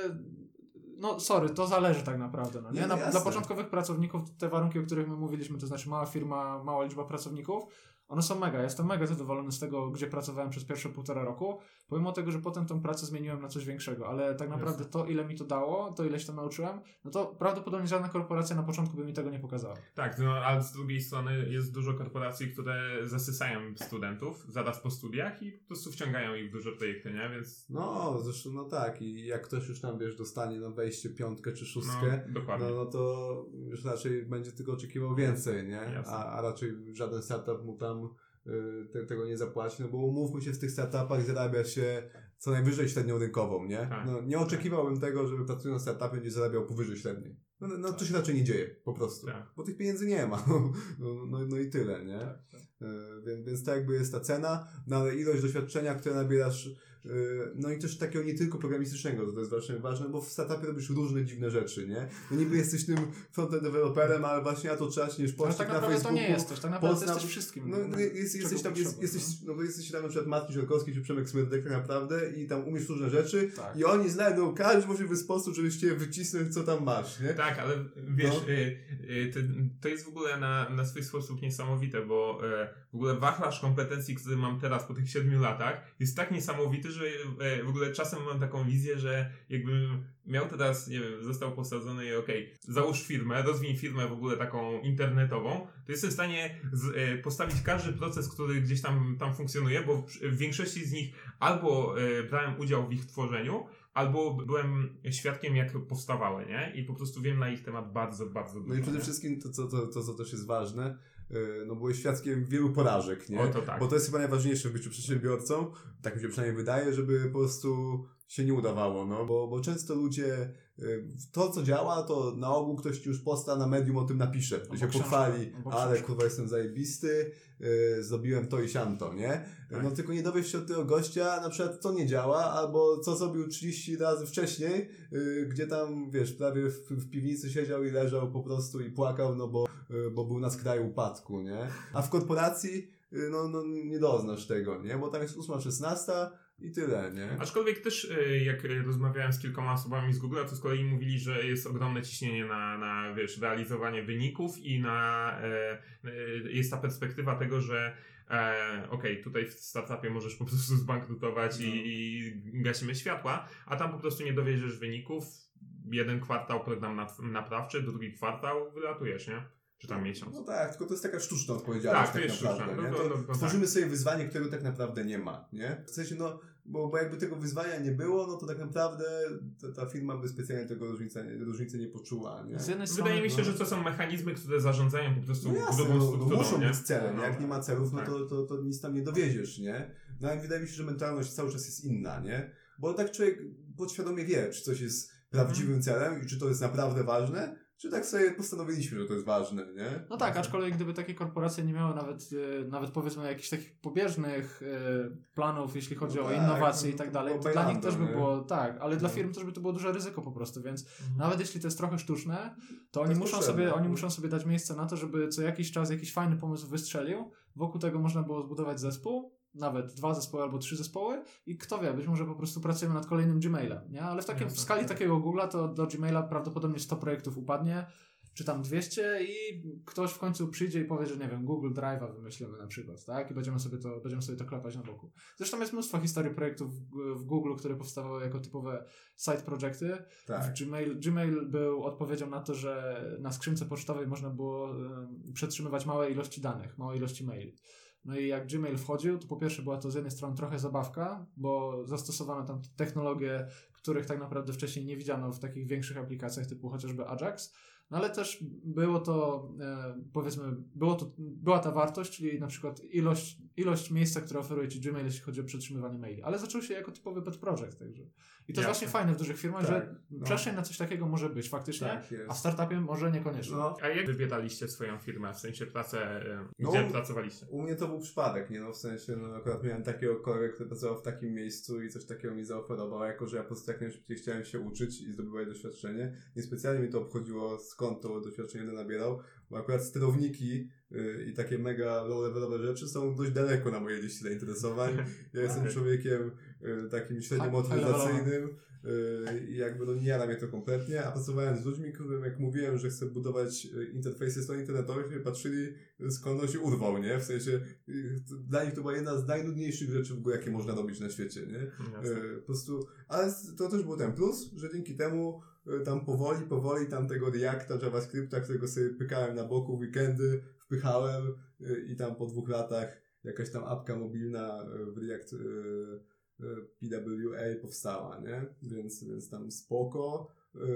B: no sorry, to zależy tak naprawdę, no nie?
A: nie
B: Na,
A: jasne.
B: Dla początkowych pracowników te warunki, o których my mówiliśmy, to znaczy mała firma, mała liczba pracowników, one są mega. Jestem mega zadowolony z tego, gdzie pracowałem przez pierwsze półtora roku, pomimo tego, że potem tą pracę zmieniłem na coś większego, ale tak naprawdę
C: Jasne.
B: to, ile mi to dało, to ile się tam nauczyłem, no to prawdopodobnie żadna korporacja na początku by mi tego nie pokazała.
C: Tak, no, ale z drugiej strony jest dużo korporacji, które zasysają studentów zaraz po studiach i po prostu wciągają ich w duże projekty, nie? Więc...
A: No, zresztą no tak i jak ktoś już tam, wiesz, dostanie na wejście piątkę czy szóstkę,
C: No, dokładnie.
A: no, no to już raczej będzie tylko oczekiwał więcej, nie? A, a raczej żaden startup mu tam Te, tego nie zapłaci, no bo umówmy się, w tych startupach zarabia się co najwyżej średnią rynkową, nie?
C: Tak.
A: No, nie oczekiwałbym tego, żeby pracując w startupie nie zarabiał powyżej średniej. No, no to się raczej nie dzieje, po prostu.
C: Tak.
A: Bo tych pieniędzy nie ma. No, no, no i tyle, nie?
B: Tak, tak.
A: Więc, więc tak jakby jest ta cena, no ale ilość doświadczenia, które nabierasz, no i też takiego nie tylko programistycznego, to jest właśnie ważne, bo w startupie robisz różne dziwne rzeczy, nie? No niby jesteś tym frontend developerem, ale właśnie na to trzaśniesz pościg
B: tak
A: na
B: naprawdę
A: Facebooku.
B: to nie jesteś, tak naprawdę
A: pozna...
B: jesteś wszystkim.
A: No, no jest, jesteś tam, jest, jesteś, no bo jesteś tam na przykład Marcin Żelkowski czy Przemek Smyrdek tak naprawdę i tam umiesz różne rzeczy
B: tak.
A: i oni znajdą każdy możliwy sposób, żebyś cię wycisnąć, co tam masz, nie?
C: Tak, ale wiesz,
A: No.
C: y, y, to, to jest w ogóle na, na swój sposób niesamowite, bo y, w ogóle wachlarz kompetencji, który mam teraz po tych siedmiu latach jest tak niesamowity, że y, w ogóle czasem mam taką wizję, że jakbym miał teraz, nie wiem, został posadzony i okej, okay, załóż firmę, rozwij firmę w ogóle taką internetową, to jestem w stanie z, y, postawić każdy proces, który gdzieś tam, tam funkcjonuje, bo w, w większości z nich albo y, brałem udział w ich tworzeniu, albo byłem świadkiem, jak powstawały, nie? I po prostu wiem na ich temat bardzo, bardzo dużo.
A: No i przede wszystkim to, to, to, to co też jest ważne, no byłeś świadkiem wielu porażek, nie?
C: O, to tak.
A: Bo to jest chyba najważniejsze w byciu przedsiębiorcą, tak mi się przynajmniej wydaje, żeby po prostu się nie udawało, no, bo, bo często ludzie, to co działa, to na ogół ktoś ci już posta na medium o tym napisze, że się pochwali, ale kurwa jestem zajebisty, yy, zrobiłem to i siamto, nie?
C: Tak.
A: No tylko nie dowiesz się od tego gościa, na przykład co nie działa, albo co zrobił trzydzieści razy wcześniej, yy, gdzie tam, wiesz, prawie w, w piwnicy siedział i leżał po prostu i płakał, no bo, yy, bo był na skraju upadku, nie? A w korporacji, yy, no, no nie doznasz tego, nie? Bo tam jest ósma, szesnasta, i tyle, nie?
C: Aczkolwiek też jak rozmawiałem z kilkoma osobami z Google'a, to z kolei mówili, że jest ogromne ciśnienie na, na wiesz, realizowanie wyników i na e, jest ta perspektywa tego, że e, okej, okay, tutaj w startupie możesz po prostu zbankrutować no. i, i gasimy światła, a tam po prostu nie dowieziesz wyników, jeden kwartał program naprawczy, drugi kwartał wylatujesz, nie? Czy tam miesiąc.
A: No tak, tylko to jest taka sztuczna odpowiedzialność.
C: Tak, to
A: tak
C: jest
A: naprawdę,
C: sztuczna.
A: nie?
C: No, no, no,
A: tworzymy
C: tak.
A: sobie wyzwanie, którego tak naprawdę nie ma, nie? W sensie, no, bo, bo jakby tego wyzwania nie było, no to tak naprawdę ta, ta firma by specjalnie tego różnicy, różnicy nie poczuła, nie?
C: Wydaje strony, mi się, no. że to są mechanizmy, które zarządzają po prostu
A: no jasne,
C: grubą
A: no,
C: strukturą,
A: muszą
C: nie?
A: być celem,
C: no,
A: jak nie ma celów, no
C: tak.
A: to, to, to nic tam nie dowieziesz, nie? No i wydaje mi się, że mentalność cały czas jest inna, nie? Bo tak człowiek podświadomie wie, czy coś jest prawdziwym celem i czy to jest naprawdę ważne, czy tak sobie postanowiliśmy, że to jest ważne, nie?
B: No tak, aczkolwiek gdyby takie korporacje nie miały nawet, yy, nawet powiedzmy jakichś takich pobieżnych yy, planów, jeśli chodzi
A: no
B: o
A: tak,
B: innowacje
A: no,
B: i tak dalej, to
A: bajlando,
B: dla nich też by
A: nie?
B: było, tak, ale
A: no.
B: dla firm też by to było duże ryzyko po prostu, więc
C: mhm.
B: nawet jeśli to jest trochę sztuczne, to oni
A: jest
B: muszą
A: potrzebne.
B: sobie, oni muszą sobie dać miejsce na to, żeby co jakiś czas jakiś fajny pomysł wystrzelił, wokół tego można było zbudować zespół, nawet dwa zespoły albo trzy zespoły i kto wie, być może po prostu pracujemy nad kolejnym Gmailem, nie? Ale w, takim, w skali takiego Google'a to do Gmaila prawdopodobnie sto projektów upadnie, czy tam dwieście i ktoś w końcu przyjdzie i powie, że nie wiem, Google Drive'a wymyślimy na przykład, tak? I będziemy sobie to, będziemy sobie to klepać na boku. Zresztą jest mnóstwo historii projektów w, w Google, które powstawały jako typowe side projecty.
A: Tak.
B: Gmail, Gmail był odpowiedzią na to, że na skrzynce pocztowej można było um, przetrzymywać małe ilości danych, małe ilości maili. No i jak Gmail wchodził, to po pierwsze była to z jednej strony trochę zabawka, bo zastosowano tam technologie, których tak naprawdę wcześniej nie widziano w takich większych aplikacjach typu chociażby Ajax. No ale też było to, e, powiedzmy, było to, była ta wartość, czyli na przykład ilość, ilość miejsca, które oferuje ci Gmail, jeśli chodzi o przetrzymywanie maili. Ale zaczął się jako typowy pet project, także. I to jest właśnie fajne w dużych firmach, tak, że no. przestrzeń na coś takiego może być faktycznie, tak, a w startupie może niekoniecznie. No.
C: A jak wybieraliście swoją firmę, w sensie pracę, gdzie no, pracowaliście?
A: U mnie to był przypadek, nie no, w sensie, no akurat miałem takiego kolegę, który pracował w takim miejscu i coś takiego mi zaoferował, jako że ja po prostu jak najszybciej chciałem się uczyć i zdobywać doświadczenie. Niespecjalnie mi to obchodziło, skąd to doświadczenie będę nabierał, bo akurat sterowniki yy, i takie mega low-levelowe rzeczy są dość daleko na mojej liście zainteresowań. Ja jestem okay. człowiekiem yy, takim średnio motywacyjnym yy, i jakby no nie jara mnie to kompletnie, a pracowałem z ludźmi, którym jak mówiłem, że chcę budować interfejsy stron internetowych, mnie patrzyli skąd on się urwał, nie? W sensie yy, dla nich to była jedna z najnudniejszych rzeczy w ogóle, jakie można robić na świecie, nie? Yy, po prostu, ale to też był ten plus, że dzięki temu tam powoli, powoli tam tego Reacta, JavaScripta, którego sobie pykałem na boku w weekendy, wpychałem i tam po dwóch latach jakaś tam apka mobilna w React P W A powstała, nie? Więc, więc tam spoko.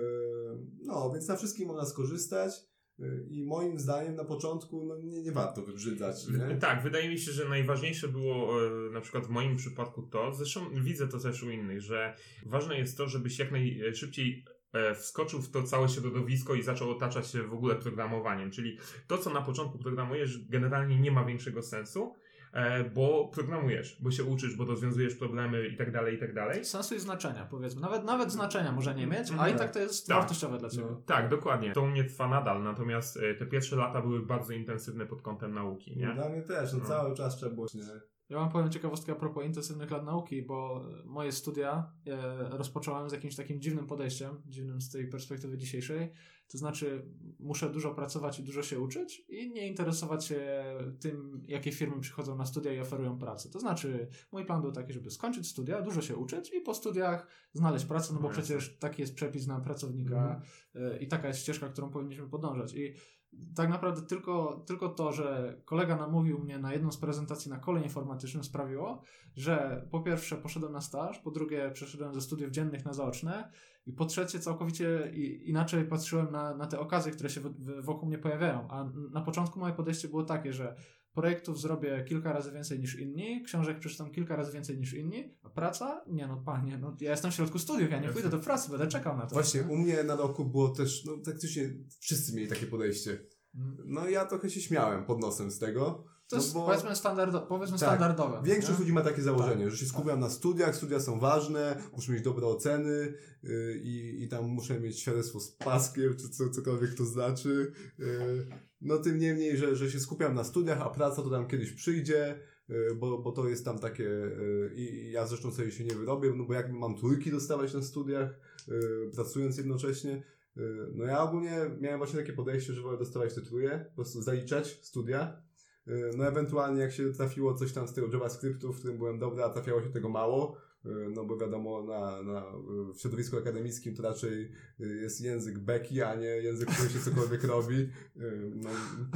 A: No, więc na wszystkim można skorzystać. I moim zdaniem na początku no, nie, nie warto wybrzydzać. Nie?
C: Tak, wydaje mi się, że najważniejsze było e, na przykład w moim przypadku to, zresztą widzę to też u innych, że ważne jest to, żebyś jak najszybciej e, wskoczył w to całe środowisko i zaczął otaczać się w ogóle programowaniem. Czyli to, co na początku programujesz, generalnie nie ma większego sensu, e, bo programujesz, bo się uczysz, bo rozwiązujesz problemy i tak dalej, i tak dalej.
B: Sensu i znaczenia, powiedzmy. Nawet, nawet znaczenia może nie mieć, a i tak to jest tak. wartościowe dla Ciebie.
C: No, tak, dokładnie. To u mnie trwa nadal, natomiast te pierwsze lata były bardzo intensywne pod kątem nauki, nie?
A: Dla mnie też, no, no. cały czas trzeba było, nie?
B: Ja mam powiem ciekawostkę a propos intensywnych lat nauki, bo moje studia e, rozpocząłem z jakimś takim dziwnym podejściem, dziwnym z tej perspektywy dzisiejszej. To znaczy muszę dużo pracować i dużo się uczyć i nie interesować się tym, jakie firmy przychodzą na studia i oferują pracę. To znaczy mój plan był taki, żeby skończyć studia, dużo się uczyć i po studiach znaleźć pracę, no bo przecież taki jest przepis na pracownika mm. e, i taka jest ścieżka, którą powinniśmy podążać. I tak naprawdę tylko, tylko to, że kolega namówił mnie na jedną z prezentacji na kole informatycznym sprawiło, że po pierwsze poszedłem na staż, po drugie przeszedłem ze studiów dziennych na zaoczne i po trzecie całkowicie inaczej patrzyłem na, na te okazje, które się w, w, wokół mnie pojawiają. A na początku moje podejście było takie, że projektów zrobię kilka razy więcej niż inni, książek przeczytam kilka razy więcej niż inni, a praca? Nie no, panie, no ja jestem w środku studiów, ja nie pójdę do pracy, będę czekał na to.
A: Właśnie, u mnie na roku było też, no praktycznie wszyscy mieli takie podejście. No ja trochę się śmiałem pod nosem z tego.
B: To
A: no
B: jest
A: bo...
B: powiedzmy, standardo, powiedzmy tak, standardowe.
A: Większość
B: nie?
A: ludzi ma takie założenie,
B: tak,
A: że się skupiam tak. na studiach, studia są ważne, muszę mieć dobre oceny yy, i, i tam muszę mieć świadectwo z paskiem, czy co, cokolwiek to znaczy. Yy, no tym niemniej, że, że się skupiam na studiach, a praca to tam kiedyś przyjdzie, yy, bo, bo to jest tam takie yy, i ja zresztą sobie się nie wyrobię, no bo jak mam trójki dostawać na studiach, yy, pracując jednocześnie. No ja ogólnie miałem właśnie takie podejście, że wolę dostawać te truje, po prostu zaliczać studia. No ewentualnie jak się trafiło coś tam z tego JavaScriptu, w którym byłem dobry, a trafiało się tego mało, no bo wiadomo, na, na, w środowisku akademickim to raczej jest język beki, a nie język, który się cokolwiek robi. No,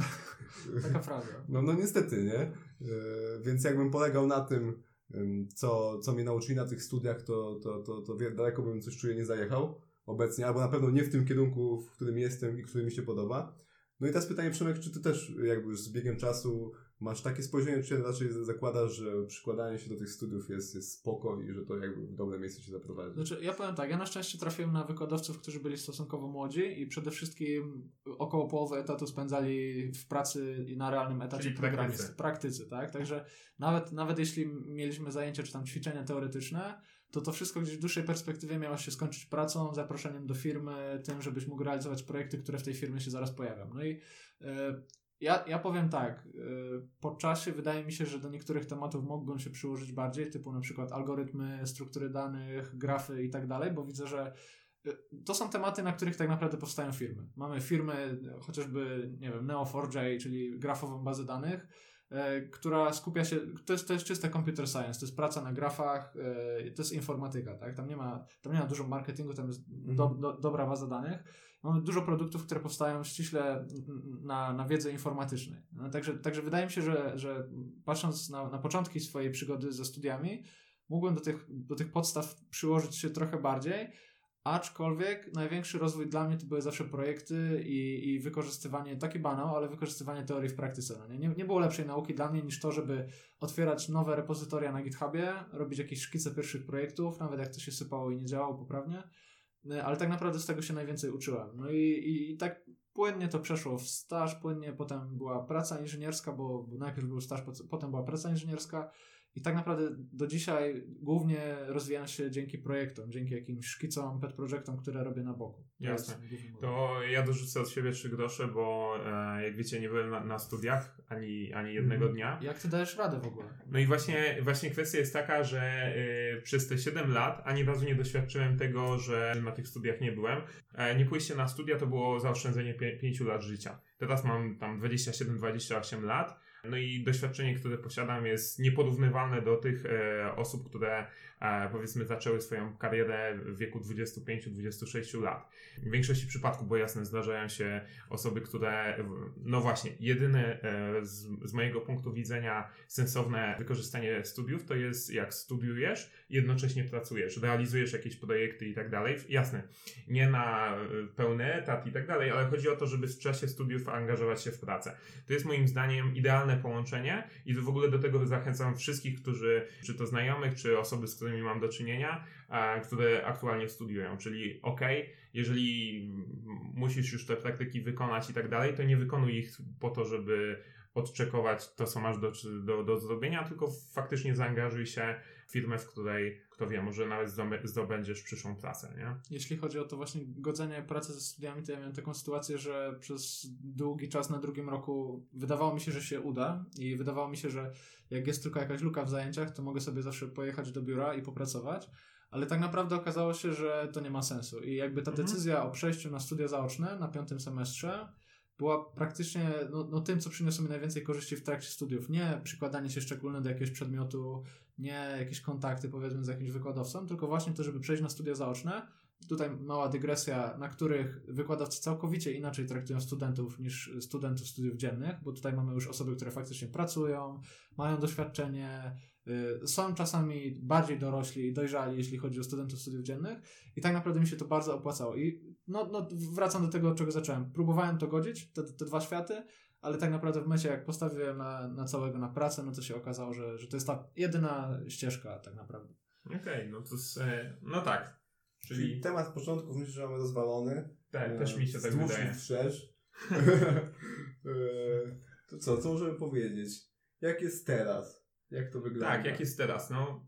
B: taka prawda.
A: No, no niestety, nie? Więc jakbym polegał na tym, co, co mnie nauczyli na tych studiach, to, to, to, to daleko bym coś czuję nie zajechał obecnie, albo na pewno nie w tym kierunku, w którym jestem i który mi się podoba. No i teraz pytanie, Przemek, czy ty też jakby już z biegiem czasu masz takie spojrzenie, czy raczej zakładasz, że przykładanie się do tych studiów jest, jest spoko i że to jakby w dobre miejsce się zaprowadzi?
B: Znaczy, ja powiem tak, ja na szczęście trafiłem na wykładowców, którzy byli stosunkowo młodzi i przede wszystkim około połowy etatu spędzali w pracy i na realnym etacie programisty, w praktyce, tak? Także nawet, nawet jeśli mieliśmy zajęcia czy tam ćwiczenia teoretyczne, to to wszystko gdzieś w dłuższej perspektywie miało się skończyć pracą, zaproszeniem do firmy, tym, żebyś mógł realizować projekty, które w tej firmie się zaraz pojawią. No i y, ja, ja powiem tak, y, po czasie wydaje mi się, że do niektórych tematów mógłbym się przyłożyć bardziej, typu na przykład algorytmy, struktury danych, grafy i tak dalej, bo widzę, że y, to są tematy, na których tak naprawdę powstają firmy. Mamy firmy, chociażby, nie wiem, Neo four j, czyli grafową bazę danych, która skupia się, to jest, to jest czyste computer science, to jest praca na grafach, to jest informatyka, tak? Tam nie ma, tam nie ma dużo marketingu, tam jest do, do, dobra baza danych. Mamy dużo produktów, które powstają ściśle na, na wiedzy informatycznej. No, także, także wydaje mi się, że, że patrząc na, na początki swojej przygody ze studiami, mógłbym do tych, do tych podstaw przyłożyć się trochę bardziej, Aczkolwiek największy rozwój dla mnie to były zawsze projekty i, i wykorzystywanie, taki banał, ale wykorzystywanie teorii w praktyce. No nie? Nie, nie było lepszej nauki dla mnie niż to, żeby otwierać nowe repozytoria na GitHubie, robić jakieś szkice pierwszych projektów, nawet jak to się sypało i nie działało poprawnie, ale tak naprawdę z tego się najwięcej uczyłem. No i, i, i tak płynnie to przeszło w staż, płynnie potem była praca inżynierska, bo, bo najpierw był staż, potem była praca inżynierska. I tak naprawdę do dzisiaj głównie rozwijam się dzięki projektom, dzięki jakimś szkicom, pet projectom, które robię na boku.
C: Jasne. To ja dorzucę od siebie trzy grosze, bo e, jak wiecie, nie byłem na, na studiach ani, ani jednego
B: mm.
C: dnia.
B: Jak ty dajesz radę w ogóle?
C: No i właśnie, właśnie kwestia jest taka, że e, przez te siedem lat ani razu nie doświadczyłem tego, że na tych studiach nie byłem. E, nie pójście na studia to było zaoszczędzenie pi- pięciu lat życia. Teraz mam tam dwadzieścia siedem dwadzieścia osiem lat. No i doświadczenie, które posiadam, jest nieporównywalne do tych e, osób, które e, powiedzmy zaczęły swoją karierę w wieku dwudziestu pięciu dwudziestu sześciu lat. W większości przypadków, bo jasne, zdarzają się osoby, które, no właśnie, jedyne e, z, z mojego punktu widzenia sensowne wykorzystanie studiów to jest jak studiujesz, jednocześnie pracujesz, realizujesz jakieś projekty i tak dalej. Jasne, nie na pełny etat i tak dalej, ale chodzi o to, żeby w czasie studiów angażować się w pracę. To jest moim zdaniem idealne połączenie i w ogóle do tego zachęcam wszystkich, którzy, czy to znajomych, czy osoby, z którymi mam do czynienia, a, które aktualnie studiują, czyli okej, okay, jeżeli musisz już te praktyki wykonać i tak dalej, to nie wykonuj ich po to, żeby odczekować to, co masz do, do, do zrobienia, tylko faktycznie zaangażuj się w firmę, w której, kto wie, może nawet zdobędziesz przyszłą pracę, nie?
B: Jeśli chodzi o to właśnie godzenie pracy ze studiami, to ja miałem taką sytuację, że przez długi czas na drugim roku wydawało mi się, że się uda i wydawało mi się, że jak jest tylko jakaś luka w zajęciach, to mogę sobie zawsze pojechać do biura i popracować, ale tak naprawdę okazało się, że to nie ma sensu i jakby ta
C: mhm.
B: decyzja o przejściu na studia zaoczne na piątym semestrze była praktycznie no, no tym, co przyniosło mi najwięcej korzyści w trakcie studiów. Nie przykładanie się szczególne do jakiegoś przedmiotu, nie jakieś kontakty powiedzmy z jakimś wykładowcą, tylko właśnie to, żeby przejść na studia zaoczne. Tutaj mała dygresja, na których wykładowcy całkowicie inaczej traktują studentów niż studentów studiów dziennych, bo tutaj mamy już osoby, które faktycznie pracują, mają doświadczenie, yy, są czasami bardziej dorośli i dojrzali, jeśli chodzi o studentów studiów dziennych i tak naprawdę mi się to bardzo opłacało. I no, no wracam do tego, od czego zacząłem. Próbowałem to godzić, te, te dwa światy, ale tak naprawdę w momencie, jak postawiłem na, na całego na pracę, no to się okazało, że, że to jest ta jedyna ścieżka tak naprawdę.
C: Okej, okay, no to jest, no tak.
A: Czyli, Czyli temat początków myślę, że mamy rozwalony.
C: Tak, e, też mi się tak wydaje.
A: Wszerz. To co, co możemy powiedzieć? Jak jest teraz? Jak to wygląda?
C: Tak, jak jest teraz? No,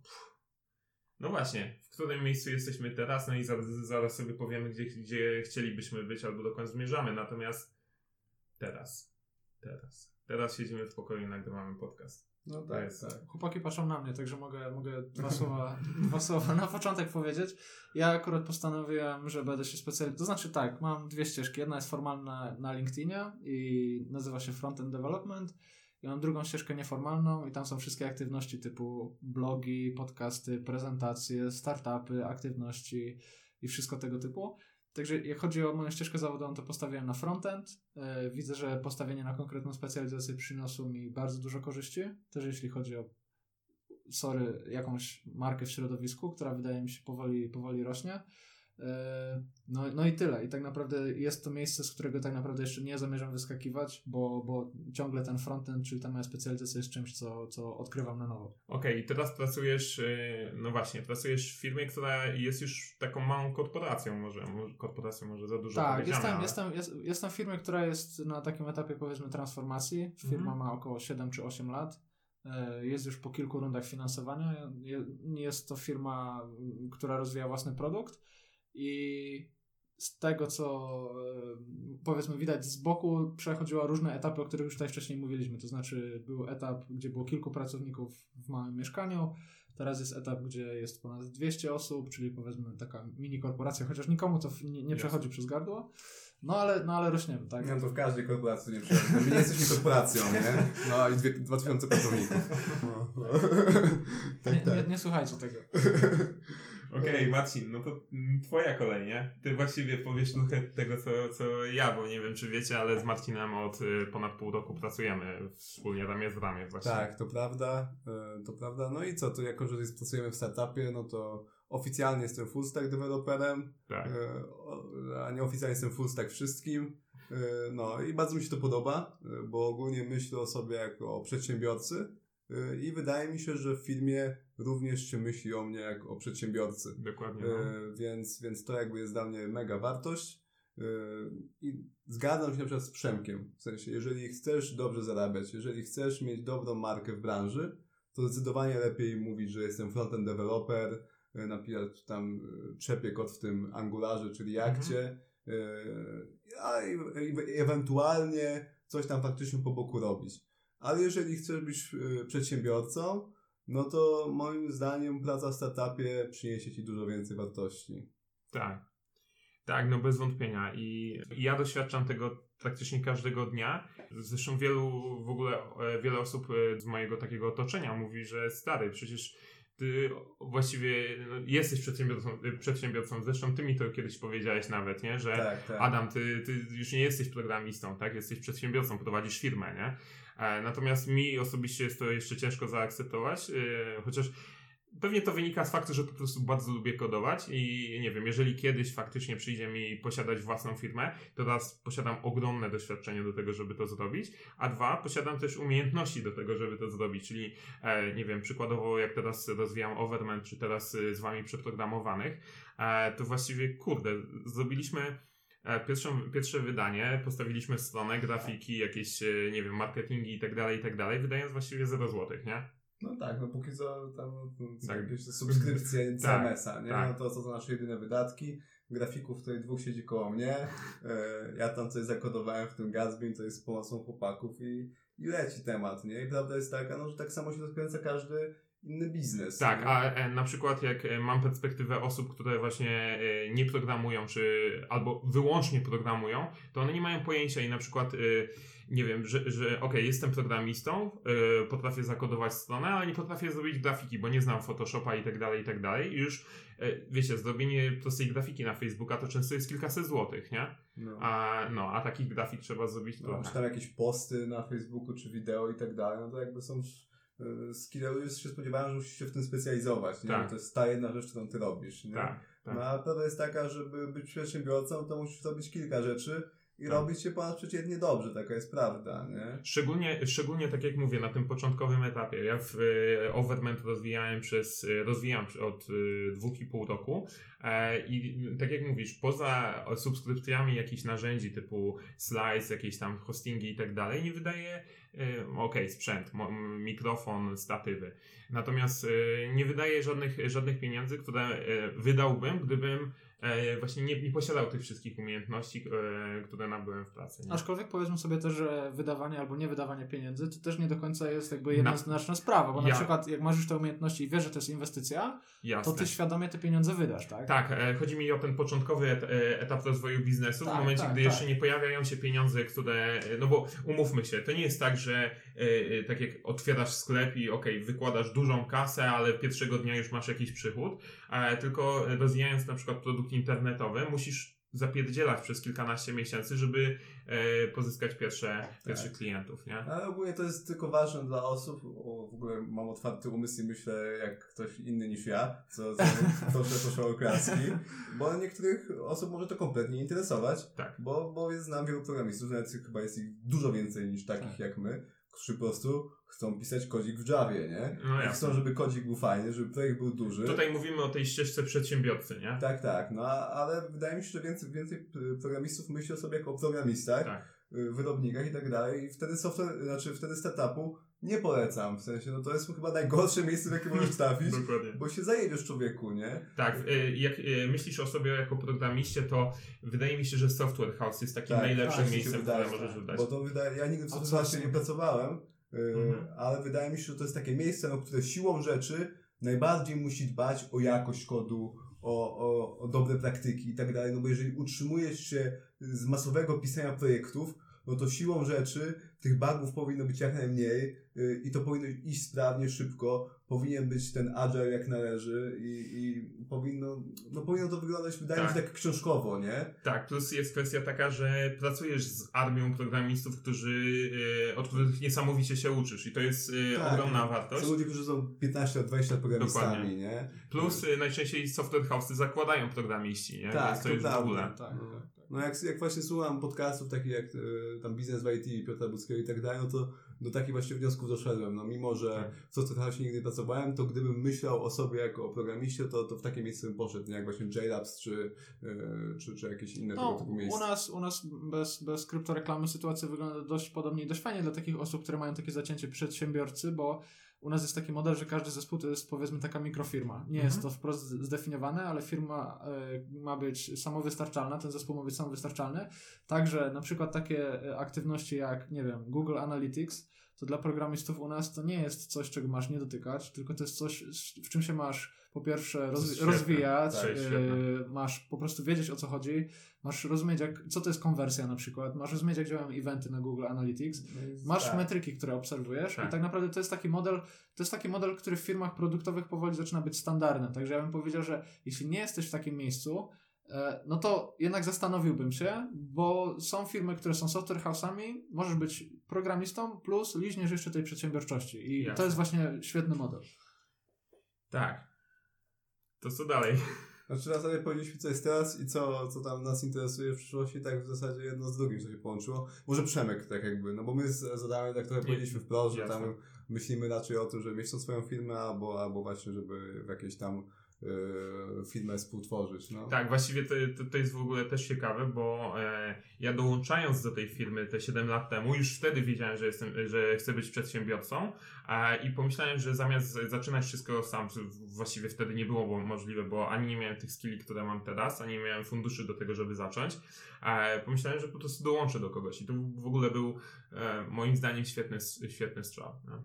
C: no właśnie, w którym miejscu jesteśmy teraz? No i zaraz, zaraz sobie powiemy, gdzie, gdzie chcielibyśmy być albo dokąd zmierzamy. Natomiast teraz, teraz, teraz siedzimy w pokoju i nagrywamy podcast.
A: No tak, jest, tak.
B: Chłopaki patrzą na mnie, także mogę, mogę dwa słowa, dwa słowa na początek powiedzieć. Ja akurat postanowiłem, że będę się specjalizował. To znaczy tak, mam dwie ścieżki. Jedna jest formalna na LinkedInie i nazywa się Frontend Development. I mam drugą ścieżkę nieformalną i tam są wszystkie aktywności typu blogi, podcasty, prezentacje, startupy, aktywności i wszystko tego typu. Także jak chodzi o moją ścieżkę zawodową, to postawiłem na frontend. Yy, widzę, że postawienie na konkretną specjalizację przyniosło mi bardzo dużo korzyści. Też jeśli chodzi o sorry, jakąś markę w środowisku, która wydaje mi się powoli, powoli rośnie. Yy, no, no i tyle. I tak naprawdę jest to miejsce, z którego tak naprawdę jeszcze nie zamierzam wyskakiwać, bo, bo ciągle ten frontend, czyli ta moja specjalizacja jest czymś, co, co odkrywam na nowo.
C: Okej, okay, teraz pracujesz, no właśnie, pracujesz w firmie, która jest już taką małą korporacją, może, może korporacją może za dużo
B: tak,
C: powiedziane.
B: Tak,
C: ale...
B: jestem, jestem, jestem w firmie, która jest na takim etapie powiedzmy transformacji. Firma mm-hmm. ma około siedem czy osiem lat. Jest już po kilku rundach finansowania. Jest to firma, która rozwija własny produkt. I z tego, co powiedzmy widać z boku, przechodziła różne etapy, o których już tutaj wcześniej mówiliśmy. To znaczy był etap, gdzie było kilku pracowników w małym mieszkaniu. Teraz jest etap, gdzie jest ponad dwieście osób, czyli powiedzmy taka mini korporacja, chociaż nikomu to nie, nie przechodzi przez gardło. No ale, no ale rośniemy, tak?
A: No to w każdej korporacji nie przechodzi. My nie jesteśmy korporacją, nie? No i dwa tysiące pracowników. No, no.
B: Tak, nie, tak. Nie, nie słuchajcie tego.
C: Okej, okay, Marcin, no to twoja kolej, nie? Ty właściwie powiesz trochę tego, co, co ja, bo nie wiem, czy wiecie, ale z Marcinem od y, ponad pół roku pracujemy wspólnie ramię z ramię właśnie.
A: Tak, to prawda, y, to prawda. No i co, to jako, że pracujemy w startupie, no to oficjalnie jestem full stack deweloperem,
C: Tak.
A: a nieoficjalnie jestem full stack wszystkim. No i bardzo mi się to podoba, bo ogólnie myślę o sobie jako o przedsiębiorcy i wydaje mi się, że w firmie również się myśli o mnie jako o przedsiębiorcy.
C: Dokładnie. No.
A: Więc, więc to jakby jest dla mnie mega wartość. I zgadzam się na przykład z Przemkiem. W sensie, jeżeli chcesz dobrze zarabiać, jeżeli chcesz mieć dobrą markę w branży, to zdecydowanie lepiej mówić, że jestem frontend developer, napisać tam trzepię kod w tym Angularze, czyli Reakcie, mhm. a i, i, ewentualnie coś tam faktycznie po boku robić. Ale jeżeli chcesz być przedsiębiorcą, no to moim zdaniem praca w startupie przyniesie ci dużo więcej wartości.
C: Tak. Tak, no bez wątpienia. I ja doświadczam tego praktycznie każdego dnia. Zresztą wielu, w ogóle wiele osób z mojego takiego otoczenia mówi, że stary, przecież ty właściwie jesteś przedsiębiorcą, przedsiębiorcą. Zresztą ty mi to kiedyś powiedziałeś nawet, nie? Że tak, tak. Adam, ty, ty już nie jesteś programistą, tak? Jesteś przedsiębiorcą, prowadzisz firmę, nie? Natomiast mi osobiście jest to jeszcze ciężko zaakceptować, chociaż pewnie to wynika z faktu, że po prostu bardzo lubię kodować i nie wiem, jeżeli kiedyś faktycznie przyjdzie mi posiadać własną firmę, to raz posiadam ogromne doświadczenie do tego, żeby to zrobić, a dwa, posiadam też umiejętności do tego, żeby to zrobić, czyli e, nie wiem, przykładowo jak teraz rozwijam Overman, czy teraz z wami przeprogramowanych, e, to właściwie kurde, zrobiliśmy Pierwszą, pierwsze wydanie, postawiliśmy stronę, grafiki, jakieś, nie wiem, marketingi i tak dalej, i tak dalej, wydając właściwie zero złotych, nie?
A: No tak, no póki co tam no,
C: tak.
A: jakieś subskrypcje C M S a, nie?
C: Tak.
A: No to, to są nasze jedyne wydatki. Grafików tutaj dwóch siedzi koło mnie. E, ja tam coś zakodowałem w tym Gatsby, to jest z pomocą chłopaków i, i leci temat, nie? I prawda jest taka, no, że tak samo się rozkręca każdy inny biznes.
C: Tak,
A: nie?
C: a e, na przykład jak mam perspektywę osób, które właśnie e, nie programują, czy albo wyłącznie programują, to one nie mają pojęcia i na przykład e, nie wiem, że, że okej, okay, jestem programistą, e, potrafię zakodować stronę, ale nie potrafię zrobić grafiki, bo nie znam Photoshopa i tak dalej, i tak dalej. I już e, wiecie, zrobienie prostej grafiki na Facebooka to często jest kilkaset złotych, nie?
A: No.
C: A, no, a takich grafik trzeba zrobić
A: no,
C: trochę.
A: Czy tam jakieś posty na Facebooku, czy wideo i tak dalej, no to jakby są skille, już się spodziewałem, że musisz się w tym specjalizować, nie?
C: Tak.
A: To jest ta jedna rzecz, którą ty robisz, nie?
C: Tak, tak.
A: No a prawda jest taka, żeby być przedsiębiorcą, to musisz robić kilka rzeczy i
C: tak.
A: robić się ponadprzeciętnie dobrze, taka jest prawda, nie?
C: Szczególnie, szczególnie tak jak mówię, na tym początkowym etapie. Ja w e, Overman rozwijałem przez, e, rozwijam od e, dwóch i pół roku e, i tak jak mówisz, poza subskrypcjami jakichś narzędzi typu Slides, jakieś tam hostingi i tak dalej, nie wydaje okej, okay, sprzęt, mo, mikrofon, statywy. Natomiast e, nie wydaje żadnych, żadnych pieniędzy, które e, wydałbym, gdybym e, właśnie nie, nie posiadał tych wszystkich umiejętności, e, które nabyłem w pracy. Nie?
B: Aczkolwiek powiedzmy sobie też, że wydawanie albo nie wydawanie pieniędzy to też nie do końca jest jakby jednoznaczna na... sprawa, bo na ja... przykład jak masz już te umiejętności i wiesz, że to jest inwestycja, Jasne. to ty świadomie te pieniądze wydasz, tak?
C: Tak, e, chodzi mi o ten początkowy et, e, etap rozwoju biznesu, tak, w momencie, tak, gdy tak. jeszcze nie pojawiają się pieniądze, które, no bo umówmy się, to nie jest tak, że e, tak jak otwierasz sklep i okej, okay, wykładasz dużą kasę, ale pierwszego dnia już masz jakiś przychód, e, tylko rozwijając na przykład produkt internetowy, musisz zapierdzielać przez kilkanaście miesięcy, żeby e, pozyskać pierwsze, tak. pierwszych klientów, nie?
A: Ale ogólnie to jest tylko ważne dla osób, o, w ogóle mam otwarty umysł i myślę jak ktoś inny niż ja, co, co troszkę poszło klaski, bo niektórych osób może to kompletnie interesować,
C: tak.
A: bo, bo znam wielu programistów, nawet chyba jest ich dużo więcej niż takich tak. jak my, którzy po prostu chcą pisać kodzik w Javie, nie?
C: No
A: I chcą, żeby kodzik był fajny, żeby projekt był duży.
C: Tutaj mówimy o tej ścieżce przedsiębiorcy, nie?
A: Tak, tak. No ale wydaje mi się, że więcej, więcej programistów myśli o sobie jako o programistach,
C: tak.
A: wyrobnikach i tak dalej. I wtedy software, znaczy wtedy startupu nie polecam. W sensie, no to jest chyba najgorsze miejsce, w jakie możesz trafić,
C: Dokładnie.
A: Bo się zajedziesz człowieku, nie?
C: Tak, jak myślisz o sobie jako programiście, to wydaje mi się, że Software House jest takim tak, najlepszym tak, miejscem, które tak, możesz wydać.
A: Bo to wydaje, ja nigdy w Software nie pracowałem, mhm. ale wydaje mi się, że to jest takie miejsce, no, które siłą rzeczy najbardziej musi dbać o jakość kodu, o, o, o dobre praktyki i tak dalej, no bo jeżeli utrzymujesz się z masowego pisania projektów, no to siłą rzeczy tych bugów powinno być jak najmniej yy, i to powinno iść sprawnie, szybko, powinien być ten agile jak należy i, i powinno, no powinno to wyglądać, wydaje mi
C: tak.
A: się, tak książkowo, nie?
C: Tak, plus jest kwestia taka, że pracujesz z armią programistów, którzy, yy, od których niesamowicie się uczysz i to jest yy,
A: Tak,
C: ogromna wartość.
A: Są ludzie, którzy są piętnaście lat, dwadzieścia lat programistami,
C: Dokładnie.
A: nie?
C: Plus yy, najczęściej software house'y zakładają programiści, nie?
A: Tak,
C: Więc to
A: to
C: już w
A: prawda.
C: ogóle.
B: Tak,
A: No.
B: tak, tak.
A: No jak, jak właśnie słucham podcastów takich jak y, tam Biznes w I T, Piotra Budzkiego i tak dalej, no to do takich właśnie wniosków doszedłem. No mimo, że
C: Tak.
A: w software house nigdy nie pracowałem, to gdybym myślał o sobie jako o programiście, to, to w takie miejsce bym poszedł, nie? Jak właśnie J-Labs czy, y, czy, czy jakieś inne
B: No,
A: tego typu miejsca.
B: u nas, u nas bez, bez kryptoreklamy sytuacja wygląda dość podobnie i dość fajnie dla takich osób, które mają takie zacięcie przedsiębiorcy, bo u nas jest taki model, że każdy zespół to jest powiedzmy taka mikrofirma. Nie jest to wprost zdefiniowane, ale firma y, ma być samowystarczalna, ten zespół ma być samowystarczalny. Także na przykład takie aktywności jak, nie wiem, Google Analytics, to dla programistów u nas to nie jest coś, czego masz nie dotykać, tylko to jest coś, w czym się masz po pierwsze rozwi-
C: świetne.
B: rozwijać,
C: Tak, jest
B: y, masz po prostu wiedzieć, o co chodzi, masz rozumieć, jak, co to jest konwersja na przykład, masz rozumieć, jak działają eventy na Google Analytics, masz
A: tak.
B: metryki, które obserwujesz
C: Tak.
B: i tak naprawdę to jest taki model, to jest taki model, który w firmach produktowych powoli zaczyna być standardem. Także ja bym powiedział, że jeśli nie jesteś w takim miejscu, e, no to jednak zastanowiłbym się, bo są firmy, które są software house'ami, możesz być programistą plus liźniesz jeszcze tej przedsiębiorczości i
C: Jasne.
B: to jest właśnie świetny model.
C: Tak. To co dalej?
A: Znaczy na zasadzie powiedzieliśmy, co jest teraz i co, co tam nas interesuje w przyszłości, tak w zasadzie jedno z drugim, co się połączyło. Może Przemek tak jakby, no bo my z Adamem tak trochę
C: Nie,
A: powiedzieliśmy wprost, że tam
C: jasne.
A: myślimy raczej o tym, żeby mieć tą swoją firmę, albo, albo właśnie, żeby w jakiejś tam yy, firmę współtworzyć, no.
C: Tak, właściwie to, to, to jest w ogóle też ciekawe, bo e, ja dołączając do tej firmy te siedem lat temu, już wtedy wiedziałem, że jestem, że chcę być przedsiębiorcą e, i pomyślałem, że zamiast zaczynać wszystko sam, właściwie wtedy nie było bo możliwe, bo ani nie miałem tych skilli, które mam teraz, ani nie miałem funduszy do tego, żeby zacząć. E, pomyślałem, że po prostu dołączę do kogoś i to w ogóle był e, moim zdaniem świetny, świetny strzał. No.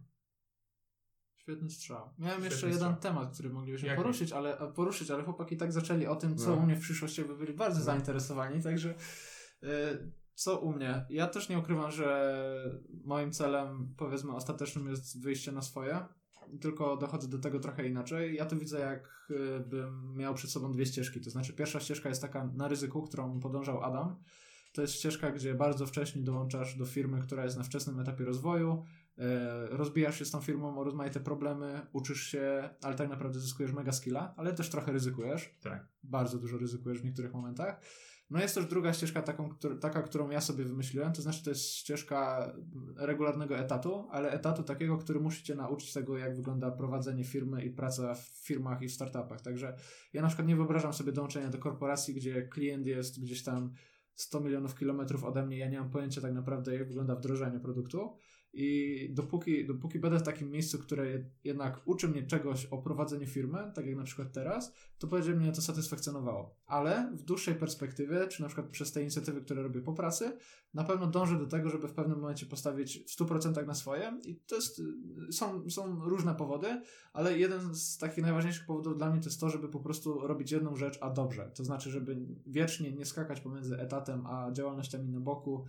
B: Świetny strzał. Miałem
C: Świetny
B: jeszcze jeden
C: strzał.
B: temat, który moglibyśmy
C: Jaki?
B: poruszyć, ale poruszyć, ale chłopaki tak zaczęli o tym, co
A: No.
B: u mnie w przyszłości, by byli bardzo
A: No.
B: zainteresowani, także y, co u mnie? Ja też nie ukrywam, że moim celem, powiedzmy, ostatecznym jest wyjście na swoje, tylko dochodzę do tego trochę inaczej. Ja to widzę, jak y, bym miał przed sobą dwie ścieżki, to znaczy pierwsza ścieżka jest taka na ryzyku, którą podążał Adam. To jest ścieżka, gdzie bardzo wcześnie dołączasz do firmy, która jest na wczesnym etapie rozwoju, rozbijasz się z tą firmą o rozmaite problemy, uczysz się, ale tak naprawdę zyskujesz mega skilla, ale też trochę ryzykujesz.
C: Tak.
B: Bardzo dużo ryzykujesz w niektórych momentach. No jest też druga ścieżka, taką, któr- taka, którą ja sobie wymyśliłem, to znaczy to jest ścieżka regularnego etatu, ale etatu takiego, który musi cię nauczyć tego, jak wygląda prowadzenie firmy i praca w firmach i w startupach. Także ja na przykład nie wyobrażam sobie dołączenia do korporacji, gdzie klient jest gdzieś tam sto milionów kilometrów ode mnie, ja nie mam pojęcia tak naprawdę, jak wygląda wdrożenie produktu. I dopóki, dopóki będę w takim miejscu, które jednak uczy mnie czegoś o prowadzeniu firmy, tak jak na przykład teraz, to będzie mnie to satysfakcjonowało. Ale w dłuższej perspektywie, czy na przykład przez te inicjatywy, które robię po pracy, na pewno dążę do tego, żeby w pewnym momencie postawić w stu procentach na swoje. I to jest, są, są różne powody, ale jeden z takich najważniejszych powodów dla mnie to jest to, żeby po prostu robić jedną rzecz, a dobrze. To znaczy, żeby wiecznie nie skakać pomiędzy etatem a działalnościami na boku,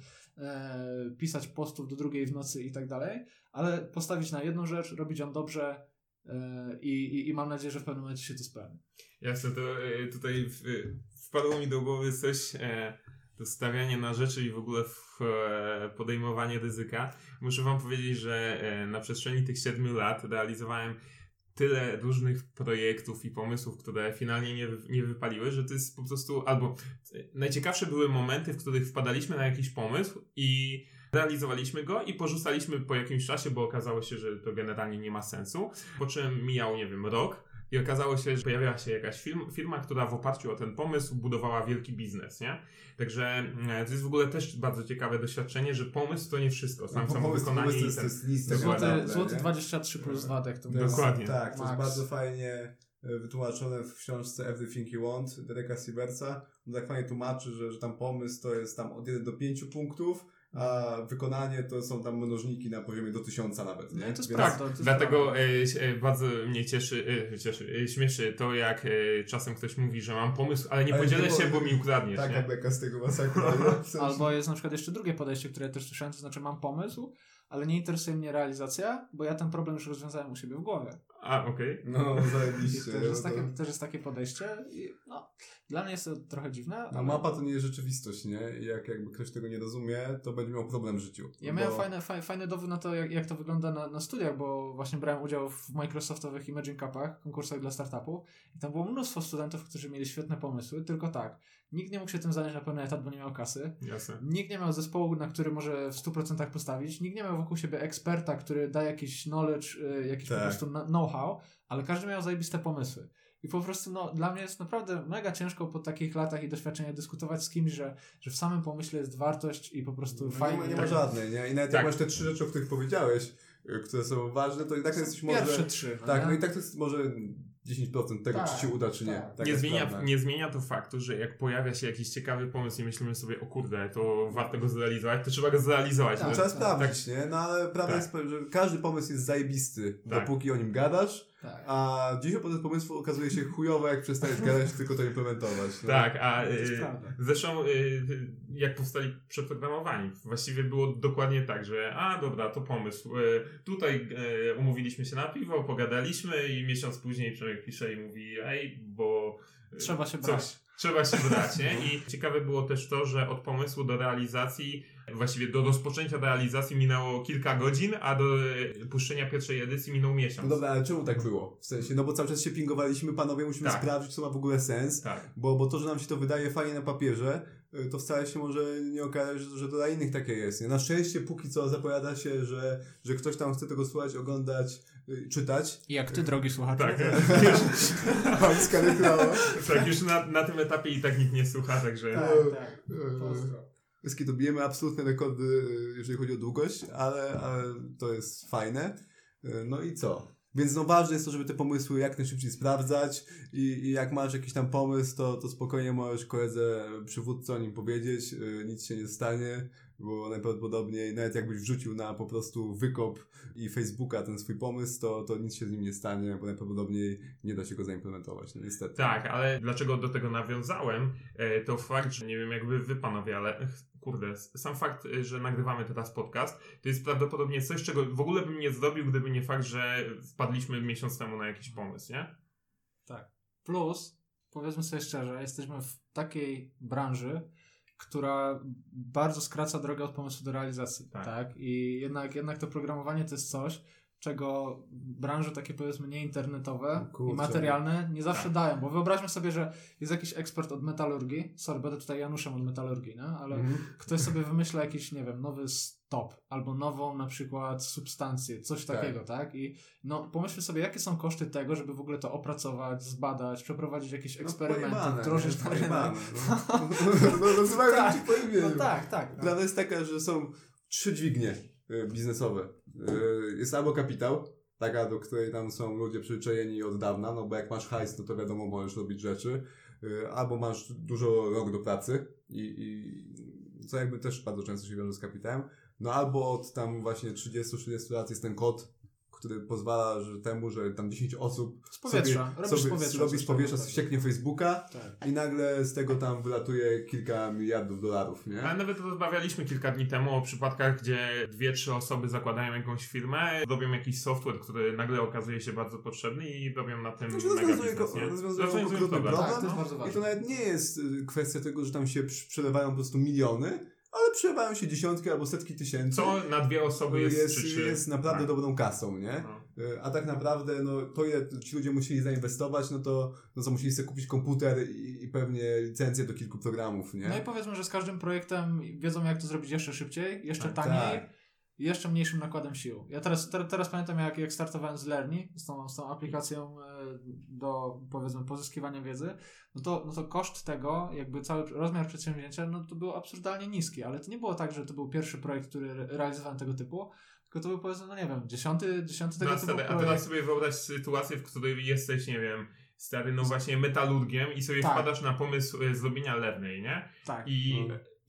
B: e, pisać postów do drugiej w nocy i tak dalej, ale postawić na jedną rzecz, robić ją dobrze e, i, i mam nadzieję, że w pewnym momencie się to spełni.
C: Jasne, to e, tutaj w, wpadło mi do głowy coś, e, to stawianie na rzeczy i w ogóle w, e, podejmowanie ryzyka. Muszę wam powiedzieć, że e, na przestrzeni tych siedmiu lat realizowałem tyle różnych projektów i pomysłów, które finalnie nie, nie wypaliły, że to jest po prostu, albo najciekawsze były momenty, w których wpadaliśmy na jakiś pomysł i realizowaliśmy go i porzucaliśmy po jakimś czasie, bo okazało się, że to generalnie nie ma sensu. Po czym mijał, nie wiem, rok i okazało się, że pojawiała się jakaś firma, firma, która w oparciu o ten pomysł budowała wielki biznes, nie? Także to jest w ogóle też bardzo ciekawe doświadczenie, że pomysł to nie wszystko. Sam
A: No,
C: samo
A: pomysł,
C: wykonanie
A: pomysł to
C: i
A: jest,
C: ten...
A: to jest nic tak
C: Dokładnie.
B: Złoty,
A: naprawdę,
B: złoty
A: nie?
B: dwadzieścia trzy plus dwa, tak to
A: To jest,
C: Dokładnie.
A: Tak, to
B: Max.
A: jest bardzo fajnie wytłumaczone w książce Everything You Want Dereka Sievertsa. On tak fajnie tłumaczy, że, że tam pomysł to jest tam od jeden do pięciu punktów, a wykonanie to są tam mnożniki na poziomie do tysiąca nawet, nie?
B: No i to jest
A: Więc...
B: prawda. To jest
C: Dlatego
B: prawda.
C: e, e, bardzo mnie cieszy, e, cieszy e, śmieszy to, jak e, czasem ktoś mówi, że mam pomysł, ale nie
A: Ale
C: podzielę
A: nie
C: się,
A: bo-
C: bo mi ukradniesz,
A: Taka
C: nie?
A: beka z tego masakra. W sensie...
B: Albo jest na przykład jeszcze drugie podejście, które ja też słyszałem, to znaczy mam pomysł, ale nie interesuje mnie realizacja, bo ja ten problem już rozwiązałem u siebie w głowie.
C: A, okej.
A: No,
B: I
A: zajebiście.
B: też, jest
A: no to...
B: takie, też jest takie podejście i no, dla mnie jest to trochę dziwne,
A: No,
B: ale
A: mapa to nie jest rzeczywistość, nie? I jak jakby ktoś tego nie rozumie, to będzie miał problem w życiu.
B: ja
A: bo...
B: miałem fajny, faj, fajny dowód na to, jak, jak to wygląda na, na studiach, bo właśnie brałem udział w Microsoftowych Imagine Cupach, konkursach dla startupów i tam było mnóstwo studentów, którzy mieli świetne pomysły, tylko tak, nikt nie mógł się tym zająć na pełny etat, bo nie miał kasy.
C: Jasne.
B: Nikt nie miał zespołu, na który może w stu procentach postawić. Nikt nie miał wokół siebie eksperta, który da jakiś knowledge, y, jakiś
A: Tak.
B: po prostu na- know-how, ale każdy miał zajebiste pomysły. I po prostu no, dla mnie jest naprawdę mega ciężko po takich latach i doświadczeniach dyskutować z kimś, że, że w samym pomyśle jest wartość i po prostu
A: No
B: fajnie.
A: nie, ma, nie ma
B: tak,
A: żadnej, nie? I nawet
C: Tak.
A: jak masz te trzy rzeczy, o których powiedziałeś, y, które są ważne, to i tak jesteś może...
B: Pierwsze trzy. No
A: Tak,
B: nie?
A: no i tak to jest może dziesięć procent tego,
B: Tak,
A: czy się uda, czy nie.
B: tak.
A: Tak
C: Nie
A: jest
C: zmienia,
A: prawda.
C: nie zmienia to faktu, że jak pojawia się jakiś ciekawy pomysł i myślimy sobie, o kurde, to warto go zrealizować, to trzeba go zrealizować.
B: Tak.
C: No,
A: Trzeba
B: tak,
A: sprawdzić, nie? No ale prawda
C: Tak.
A: jest, że każdy pomysł jest zajebisty,
C: Tak.
A: dopóki o nim gadasz,
B: Tak.
A: a dziesięć procent pomysłu okazuje się chujowe, jak przestajesz gadać, tylko to implementować. No.
C: Tak, a
B: To jest
C: y,
B: prawda.
C: zresztą y, jak powstali przeprogramowani, właściwie było dokładnie tak, że a dobra, to pomysł. Y, tutaj y, umówiliśmy się na piwo, pogadaliśmy i miesiąc później człowiek pisze i mówi, ej, bo y,
B: Trzeba się
C: coś,
B: brać.
C: trzeba się brać, nie? I ciekawe było też to, że od pomysłu do realizacji, właściwie do rozpoczęcia realizacji minęło kilka godzin, a do y, puszczenia pierwszej edycji minął miesiąc.
A: No dobra, ale czemu tak było? W sensie, no bo cały czas się pingowaliśmy, panowie, musimy
C: Tak.
A: sprawdzić, co ma w ogóle sens,
C: Tak.
A: bo, bo to, że nam się to wydaje fajnie na papierze, y, to wcale się może nie okazać, że, że to dla innych takie jest. Nie? Na szczęście póki co zapowiada się, że, że ktoś tam chce tego słuchać, oglądać, y, czytać.
B: I jak ty, drogi słuchaczu.
C: Tak, już,
A: Pańska reklama.
C: tak, już na, na tym etapie i tak nikt nie słucha, także...
B: Tak, tak. Pozdro.
A: Wszystkie to bijemy absolutne rekordy, y, jeżeli chodzi o długość, ale, ale to jest fajne. Y, No i co? Więc no ważne jest to, żeby te pomysły jak najszybciej sprawdzać i, i jak masz jakiś tam pomysł, to, to spokojnie możesz koledze przywódcy o nim powiedzieć, y, nic się nie stanie, bo najprawdopodobniej nawet jakbyś wrzucił na po prostu wykop i Facebooka ten swój pomysł, to, to nic się z nim nie stanie, bo najprawdopodobniej nie da się go zaimplementować, no niestety.
C: Tak, ale dlaczego do tego nawiązałem, e, to fakt, że nie wiem jakby wy panowie, ale ch, kurde, sam fakt, e, że nagrywamy teraz podcast, to jest prawdopodobnie coś, czego w ogóle bym nie zrobił, gdyby nie fakt, że wpadliśmy miesiąc temu na jakiś pomysł, nie?
B: Tak. Plus, powiedzmy sobie szczerze, jesteśmy w takiej branży, która bardzo skraca drogę od pomysłu do realizacji.
C: Tak.
B: Tak. I jednak, jednak to programowanie to jest coś, czego branże takie powiedzmy nieinternetowe
A: Kurczę.
B: i materialne nie zawsze
C: Tak.
B: dają, bo wyobraźmy sobie, że jest jakiś ekspert od metalurgii, sorry, będę tutaj Januszem od metalurgii, nie? Ale
A: Mhm.
B: ktoś sobie wymyśla jakiś, nie wiem, nowy stop, albo nową na przykład substancję, coś
A: Tak.
B: takiego, tak? I no pomyślmy sobie, jakie są koszty tego, żeby w ogóle to opracować, zbadać, przeprowadzić jakieś eksperymenty,
A: pojebane,
B: wdrożyć
A: nie?
B: na rynek.
A: Pojebane, No, no nazywają
B: Tak.
A: ci po imieniu.
B: No tak, tak. No.
A: Prawda jest taka, że są trzy dźwignie y, biznesowe. Y, jest albo kapitał, taka, do której tam są ludzie przyzwyczajeni od dawna, no bo jak masz hajs, no to wiadomo, możesz robić rzeczy. Y, albo masz dużo rąk do pracy i, i co jakby też bardzo często się wiąże z kapitałem. No albo od tam właśnie trzydziestu czterdziestu lat jest ten kod, który pozwala że temu, że tam dziesięć osób
B: Z powietrza.
A: sobie,
B: Robisz
A: sobie
B: z powietrza.
A: robi
B: coś
A: z powietrza,
B: takiego.
A: ścieknie Facebooka
B: Tak.
A: i nagle z tego tam wylatuje kilka miliardów dolarów, nie?
C: Ale nawet rozmawialiśmy kilka dni temu o przypadkach, gdzie dwie, trzy osoby zakładają jakąś firmę, robią jakiś software, który nagle okazuje się bardzo potrzebny i robią na tym
A: Znaczy
C: mega
A: rozwiązuje,
C: biznes,
A: ko-
C: nie?
A: rozwiązują
C: Rozwiązują
A: okrutny
C: problem.
A: problem.
B: Tak, to jest bardzo
A: I
B: ważne.
A: to nawet nie jest y, kwestia tego, że tam się przy- przelewają po prostu miliony, ale przelewają się dziesiątki albo setki tysięcy.
C: Co na dwie osoby jest,
A: jest,
C: czy, czy...
A: jest naprawdę
C: tak.
A: dobrą kasą, nie?
C: No.
A: Y, A tak naprawdę, no to ile ci ludzie musieli zainwestować, no to no co, musieli sobie kupić komputer i, i pewnie licencję do kilku programów, nie?
B: No i powiedzmy, że z każdym projektem wiedzą, jak to zrobić jeszcze szybciej, jeszcze
C: Tak,
B: taniej
A: tak.
B: i jeszcze mniejszym nakładem sił. Ja teraz, teraz, teraz pamiętam, jak, jak startowałem z Learni, z tą, z tą aplikacją e, do, powiedzmy, pozyskiwania wiedzy, no to, no to koszt tego, jakby cały rozmiar przedsięwzięcia, no to był absurdalnie niski, ale to nie było tak, że to był pierwszy projekt, który re- realizowałem tego typu, tylko to był, powiedzmy, no nie wiem, dziesiąty, dziesiąty tego
C: No,
B: typu
C: stary, a
B: projekt.
C: teraz sobie wyobraź sytuację, w której jesteś, nie wiem, stary, no właśnie metalurgiem i sobie
B: Tak.
C: wpadasz na pomysł e, zrobienia lewnej, nie?
B: Tak.
C: I,
A: No.
C: i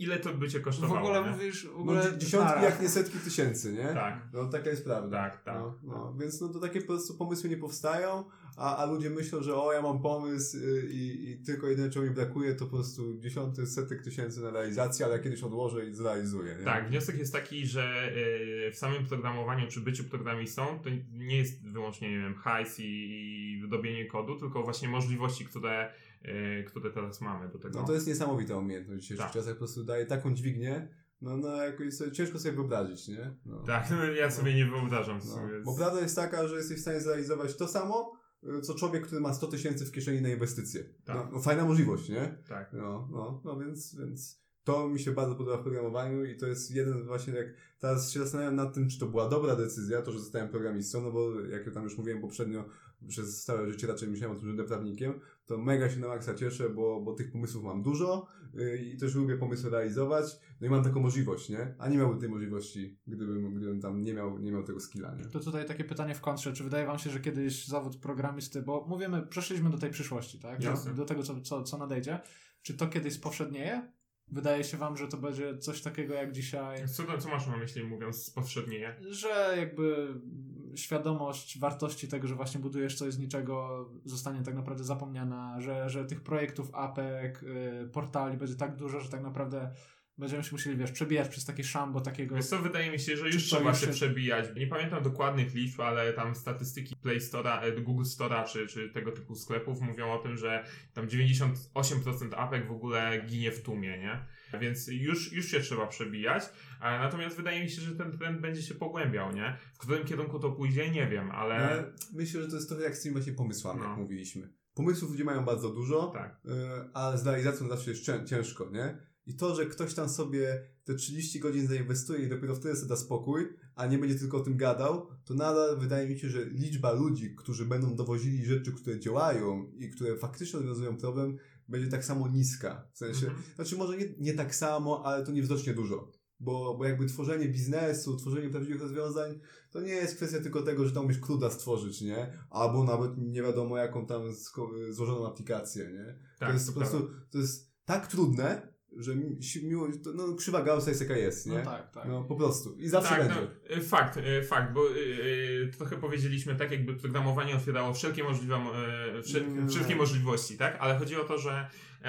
C: ile to by cię
B: W
C: kosztowało.
B: ogóle
C: nie?
B: mówisz, w
A: No,
B: ogóle...
A: dzie- dziesiątki
B: nara.
A: jak nie setki tysięcy, nie?
C: Tak.
A: No taka jest prawda.
C: Tak, tak.
A: No, no. Więc no to takie po prostu pomysły nie powstają, a, a ludzie myślą, że o ja mam pomysł y, i, i tylko jedyne czego mi brakuje to po prostu dziesiąty, setek tysięcy na realizację, ale ja kiedyś odłożę i zrealizuję. Nie?
C: Tak, wniosek jest taki, że y, w samym programowaniu czy byciu programistą to nie jest wyłącznie, nie wiem, hajs i, i wydobienie kodu, tylko właśnie możliwości, które, y, które teraz mamy do tego.
A: No to jest niesamowita umiejętność w dzisiejszych
C: Tak.
A: czasach, po prostu daje taką dźwignię, no, no jakoś sobie, ciężko sobie wyobrazić, nie? No.
C: Tak, no, ja sobie nie wyobrażam.
A: No.
C: sobie z-
A: Bo prawda jest taka, że jesteś w stanie zrealizować to samo, y, co człowiek, który ma sto tysięcy w kieszeni na inwestycje.
C: Tak.
A: No, no fajna możliwość, nie?
C: Tak.
A: No, no, no więc, więc to mi się bardzo podoba w programowaniu i to jest jeden właśnie, jak teraz się zastanawiam nad tym, czy to była dobra decyzja, to, że zostałem programistą, no bo jak ja tam już mówiłem poprzednio, przez całe życie raczej myślałem o tym, że będę prawnikiem, to mega się na maksa cieszę, bo, bo tych pomysłów mam dużo yy, i też lubię pomysły realizować, no i mam taką możliwość, nie? A nie miałbym tej możliwości, gdybym, gdybym tam nie miał, nie miał tego skilla, nie?
B: To tutaj takie pytanie w kontrze, czy wydaje wam się, że kiedyś zawód programisty, bo mówimy, przeszliśmy do tej przyszłości, tak?
C: Jasne.
B: Do, do tego, co, co, co nadejdzie. Czy to kiedyś spowszednieje? Wydaje się wam, że to będzie coś takiego jak dzisiaj,
C: Co, to- co masz na myśli, mówiąc powszednieje?
B: że jakby świadomość wartości tego, że właśnie budujesz coś z niczego, zostanie tak naprawdę zapomniana, że, że tych projektów, apek, y, portali będzie tak dużo, że tak naprawdę będziemy się musieli, wiesz, przebijać przez takie szambo takiego...
C: Wiesz co, wydaje mi się, że
B: Czy
C: już
B: to
C: trzeba
B: już
C: się
B: się-
C: przebijać. Nie pamiętam dokładnych liczb, ale tam statystyki Play Store'a, e, Google Store'a czy, czy tego typu sklepów mówią o tym, że tam dziewięćdziesiąt osiem procent apek w ogóle ginie w tłumie, nie? Więc już, już się trzeba przebijać, a natomiast wydaje mi się, że ten trend będzie się pogłębiał, nie? W którym kierunku to pójdzie, nie wiem, ale...
A: Ale myślę, że to jest trochę jak z tymi właśnie pomysłami,
C: No.
A: jak mówiliśmy. Pomysłów ludzie mają bardzo dużo,
C: Tak.
A: y, ale z realizacją zawsze jest cię- ciężko, nie? I to, że ktoś tam sobie te trzydzieści godzin zainwestuje i dopiero wtedy sobie da spokój, a nie będzie tylko o tym gadał, to nadal wydaje mi się, że liczba ludzi, którzy będą dowozili rzeczy, które działają i które faktycznie rozwiązują problem, będzie tak samo niska. W sensie,
C: Mhm.
A: znaczy może nie, nie tak samo, ale to niewzrocznie dużo. Bo, bo jakby tworzenie biznesu, tworzenie prawdziwych rozwiązań, to nie jest kwestia tylko tego, że tam umiesz CRUD'a stworzyć, nie? Albo nawet nie wiadomo jaką tam sko- złożoną aplikację, nie?
C: Tak,
A: to jest
C: to
A: po prostu, to jest tak trudne, że mi, si- miło, to, no krzywa Gaussa jest jaka jest, nie?
B: No tak, tak.
A: No po prostu. I zawsze
C: Tak,
A: będzie.
C: no, y, fakt, y, fakt, bo y, y, trochę powiedzieliśmy tak, jakby programowanie otwierało wszelkie możliwe, y, wszel,
A: Nie.
C: wszelkie możliwości, tak? Ale chodzi o to, że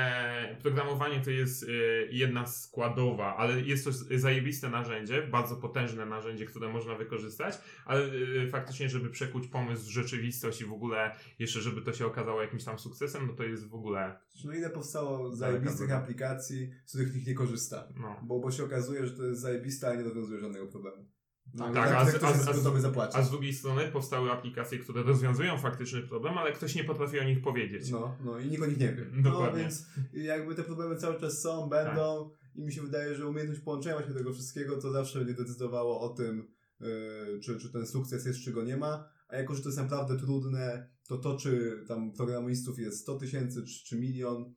C: e, programowanie to jest y, jedna składowa, ale jest to zajebiste narzędzie, bardzo potężne narzędzie, które można wykorzystać, ale y, faktycznie, żeby przekuć pomysł w rzeczywistość i w ogóle jeszcze, żeby to się okazało jakimś tam sukcesem, no to jest w ogóle,
A: No ile powstało zajebistych
C: tak.
A: aplikacji, z których nikt nie korzysta.
C: no.
A: Bo, bo się okazuje, że to jest zajebiste, ale nie rozwiązuje żadnego problemu. No,
C: tak,
A: tak,
C: a z-
A: tak ktoś
C: a z-
A: jest
C: a z-
A: gotowy zapłacić.
C: A z drugiej strony powstały aplikacje, które rozwiązują faktyczny problem, ale ktoś nie potrafi o nich powiedzieć.
A: No, no i nikt o nich nie wie. No
C: Dokładnie.
A: więc jakby te problemy cały czas są, będą i mi się wydaje, że umiejętność połączenia właśnie tego wszystkiego to zawsze będzie decydowało o tym, yy, czy, czy ten sukces jest, czy go nie ma. A jako, że to jest naprawdę trudne, to to, czy tam programistów jest sto tysięcy, czy, czy milion,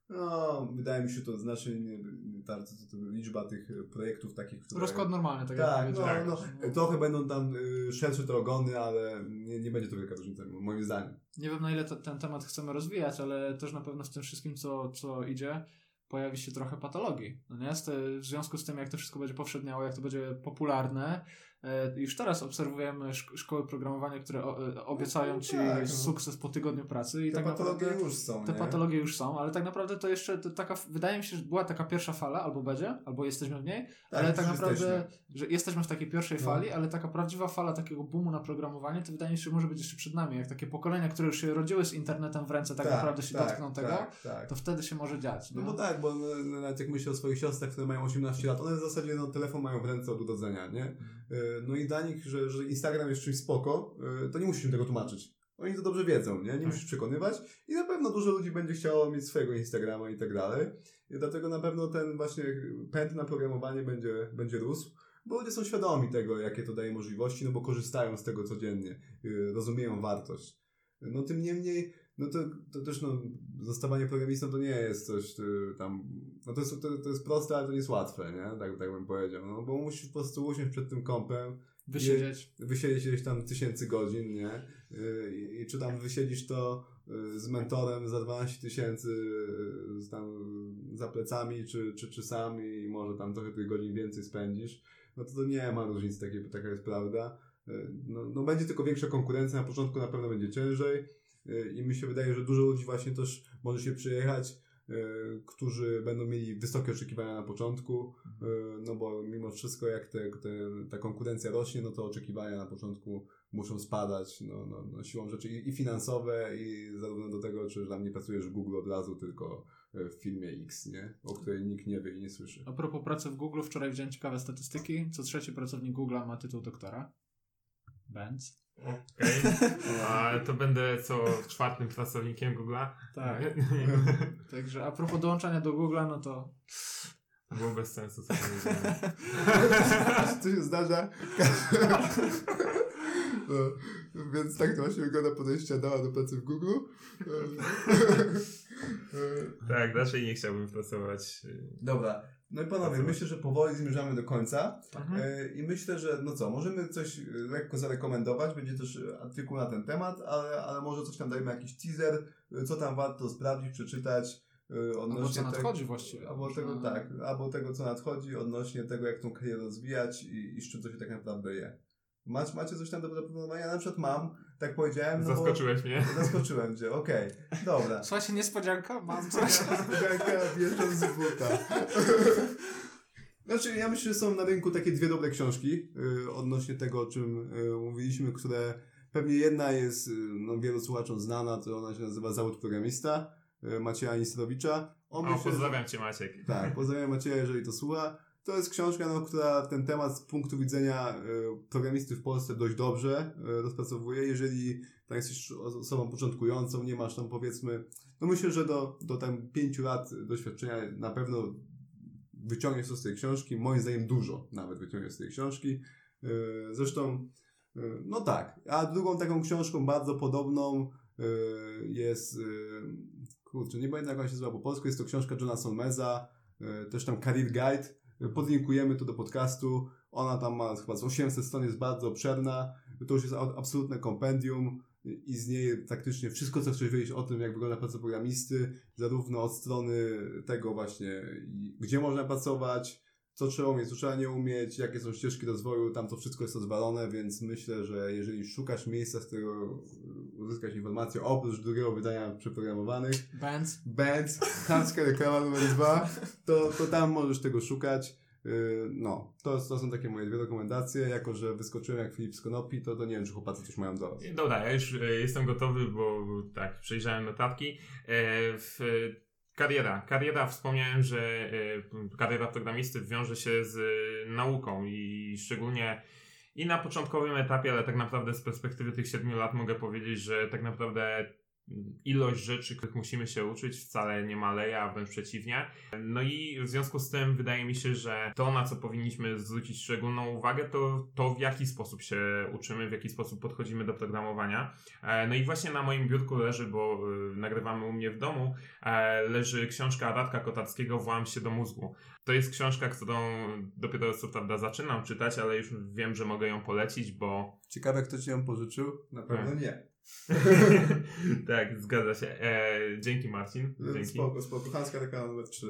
A: no wydaje mi się to znacznie, ta, ta, ta liczba tych projektów takich, które...
B: Rozkład normalny, tak,
A: Tak,
B: jak
A: no,
B: powiedziałem.
A: no, trochę będą tam y, szersze te ogony, ale nie, nie będzie to wielka różnica, moim zdaniem.
B: Nie wiem, na ile te, ten temat chcemy rozwijać, ale też na pewno w tym wszystkim, co, co idzie, pojawi się trochę patologii. No nie? Z te, w związku z tym, jak to wszystko będzie powszedniało, jak to będzie popularne, e, już teraz obserwujemy szk- szkoły programowania, które o, e, obiecają
A: No
B: ci
A: tak, no.
B: sukces po tygodniu pracy i
A: Te
B: tak
A: patologie
B: naprawdę...
A: już są,
B: Te
A: nie?
B: patologie już są, ale tak naprawdę to jeszcze to taka, wydaje mi się, że była taka pierwsza fala, albo będzie, albo jesteśmy w niej, ale tak
A: już
B: naprawdę,
A: jesteśmy.
B: że jesteśmy w takiej pierwszej
A: No.
B: fali, ale taka prawdziwa fala takiego boomu na programowanie, to wydaje mi się, że może być jeszcze przed nami, jak takie pokolenia, które już się rodziły z internetem w ręce, tak, naprawdę się
A: tak,
B: dotkną tego,
A: tak, tak.
B: to wtedy się może dziać.
A: No
B: nie?
A: bo tak, bo no, no, nawet jak myślę o swoich siostrach, które mają osiemnaście lat, one w zasadzie no, telefon mają w ręce od urodzenia, nie? Y, No i dla nich, że, że Instagram jest czymś spoko, y, to nie musisz im tego tłumaczyć. Oni to dobrze wiedzą, nie? Nie musisz przekonywać i na pewno dużo ludzi będzie chciało mieć swojego Instagrama i tak dalej. I dlatego na pewno ten właśnie pęd na programowanie będzie, będzie rósł, bo ludzie są świadomi tego, jakie to daje możliwości, no bo korzystają z tego codziennie, y, rozumieją wartość. No tym niemniej no to, to też no, zostawanie programistą to nie jest coś y, tam, no to jest, to, to jest proste, ale to nie jest łatwe, nie? Tak, tak bym powiedział, no bo musisz po prostu usiąść przed tym kompem,
B: Wysiedzieć.
A: I, wysiedzieć ileś tam tysięcy godzin, nie? Y, I, i czy tam wysiedzisz to y, z mentorem za dwanaście tysięcy y, tam za plecami, czy, czy, czy sam i może tam trochę tych godzin więcej spędzisz, no to to nie ma różnicy, takie, taka jest prawda. Y, no, no będzie tylko większa konkurencja, na początku na pewno będzie ciężej. I mi się wydaje, że dużo ludzi właśnie też może się przyjechać, y, którzy będą mieli wysokie oczekiwania na początku, y, no bo mimo wszystko jak te, te, ta konkurencja rośnie, no to oczekiwania na początku muszą spadać, no, no, no siłą rzeczy i, i finansowe, i zarówno do tego, czy tam nie pracujesz w Google od razu, tylko w firmie X, nie? O której nikt nie wie i nie słyszy.
B: A propos pracy w Google, wczoraj widziałem ciekawe statystyki. Co trzeci pracownik Google'a ma tytuł doktora. Benz.
C: Okej, okay. A to będę co czwartym pracownikiem Google'a?
B: Tak. Także a propos dołączania do Google'a, no to...
C: To było bez sensu, co powiedziałem.
A: Co się zdarza? No, więc tak to właśnie wygląda podejście Adama do pracy w Google.
C: Tak, raczej nie chciałbym pracować.
A: Dobra. No i panowie,
C: pracować.
A: myślę, że powoli zmierzamy do końca.
B: Mhm.
A: I myślę, że no co, możemy coś lekko zarekomendować, będzie też artykuł na ten temat, ale, ale może coś tam dajmy, jakiś teaser, co tam warto sprawdzić, przeczytać. Odnośnie
B: albo co
A: tego,
B: nadchodzi właściwie.
A: Albo tego, tak, albo tego, co nadchodzi, odnośnie tego, jak tą karierę rozwijać i, i z czym to się tak naprawdę je. Macie, macie coś tam do zaproponowania? Ja na przykład mam, tak powiedziałem. No
C: Zaskoczyłeś
A: bo...
C: mnie.
A: Zaskoczyłem cię, okej, okay. Dobra.
B: Słuchajcie, niespodzianka, mam coś.
A: Niespodzianka, wjeżdżam z buta. Znaczy, ja myślę, że są na rynku takie dwie dobre książki yy, odnośnie tego, o czym yy, mówiliśmy, które pewnie jedna jest yy, no, wielu słuchaczom znana, to ona się nazywa Zawód Programista, yy, Macieja Nisrowicza.
C: On o, myślę, pozdrawiam że... Cię, Maciek.
A: Tak, pozdrawiam Macieja, jeżeli to słucha. To jest książka, no, która ten temat z punktu widzenia y, programisty w Polsce dość dobrze y, rozpracowuje. Jeżeli tam jesteś osobą początkującą, nie masz tam powiedzmy, no myślę, że do, do tam pięciu lat doświadczenia na pewno wyciągniesz to z tej książki. Moim zdaniem dużo nawet wyciągniesz z tej książki. Y, zresztą, y, no tak. A drugą taką książką bardzo podobną y, jest, y, kurczę, nie pamiętam jak ona się nazywa po polsku, jest to książka Johna Solmeza, y, też tam Career Guide. Podlinkujemy to do podcastu. Ona tam ma chyba z osiemset stron, jest bardzo obszerna. To już jest absolutne kompendium i z niej praktycznie wszystko, co chcesz wiedzieć o tym, jak wygląda praca programisty, zarówno od strony tego właśnie, gdzie można pracować, co trzeba umieć, co trzeba nie umieć, jakie są ścieżki rozwoju, tam to wszystko jest rozwalone, więc myślę, że jeżeli szukasz miejsca, z którego uzyskać informacje oprócz drugiego wydania przeprogramowanych,
B: Benz,
A: Benz, chamska reklama numer dwa, to, to tam możesz tego szukać. No, to, to są takie moje dwie rekomendacje. Jako że wyskoczyłem jak Filip z Konopi, to, to nie wiem, czy chłopacy coś mają do was.
C: Dobra, ja już jestem gotowy, bo tak, przejrzałem notatki. W Kariera. Kariera, wspomniałem, że y, kariera programisty wiąże się z y, nauką i szczególnie i na początkowym etapie, ale tak naprawdę z perspektywy tych siedmiu lat mogę powiedzieć, że tak naprawdę ilość rzeczy, których musimy się uczyć, wcale nie maleje, a wręcz przeciwnie. No i w związku z tym wydaje mi się, że to, na co powinniśmy zwrócić szczególną uwagę, to to, w jaki sposób się uczymy, w jaki sposób podchodzimy do programowania. No i właśnie na moim biurku leży, bo nagrywamy u mnie w domu, leży książka Radka Kotarskiego Włam się do mózgu. To jest książka, którą dopiero co prawda zaczynam czytać, ale już wiem, że mogę ją polecić, bo...
A: Ciekawe, kto ci ją pożyczył? Na pewno
C: tak.
A: nie.
C: Tak, zgadza się. E, dzięki Marcin. Dzięki.
A: Spoko, spoko. Hanska taka numer trzy.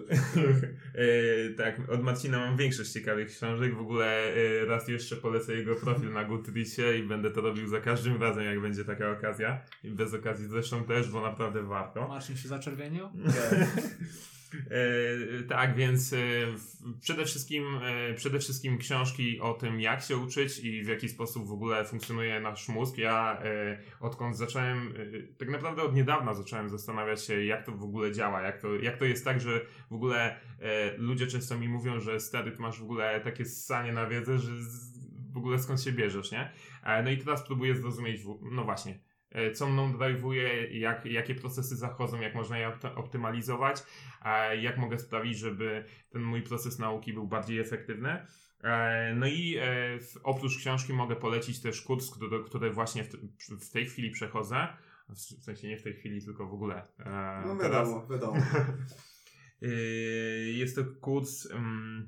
C: e, tak, od Marcina mam większość ciekawych książek. W ogóle e, raz jeszcze polecę jego profil na Goodreadsie i będę to robił za każdym razem, jak będzie taka okazja. I bez okazji zresztą też, bo naprawdę warto.
B: Marcin się zaczerwienił?
C: Nie. E, tak, więc e, w, przede wszystkim e, przede wszystkim książki o tym, jak się uczyć i w jaki sposób w ogóle funkcjonuje nasz mózg. Ja e, odkąd zacząłem, e, tak naprawdę od niedawna zacząłem zastanawiać się, jak to w ogóle działa, jak to, jak to jest tak, że w ogóle e, ludzie często mi mówią, że stary, ty masz w ogóle takie ssanie na wiedzę, że z, w ogóle skąd się bierzesz, nie? E, no i teraz próbuję zrozumieć, w, no właśnie, co mną drive'uje, jak, jakie procesy zachodzą, jak można je optymalizować, jak mogę sprawić, żeby ten mój proces nauki był bardziej efektywny. No i oprócz książki mogę polecić też kurs, który, który właśnie w, w tej chwili przechodzę. w sensie nie w tej chwili, tylko w ogóle e,
A: No
C: teraz.
A: wiadomo, wiadomo.
C: Jest to kurs... Um,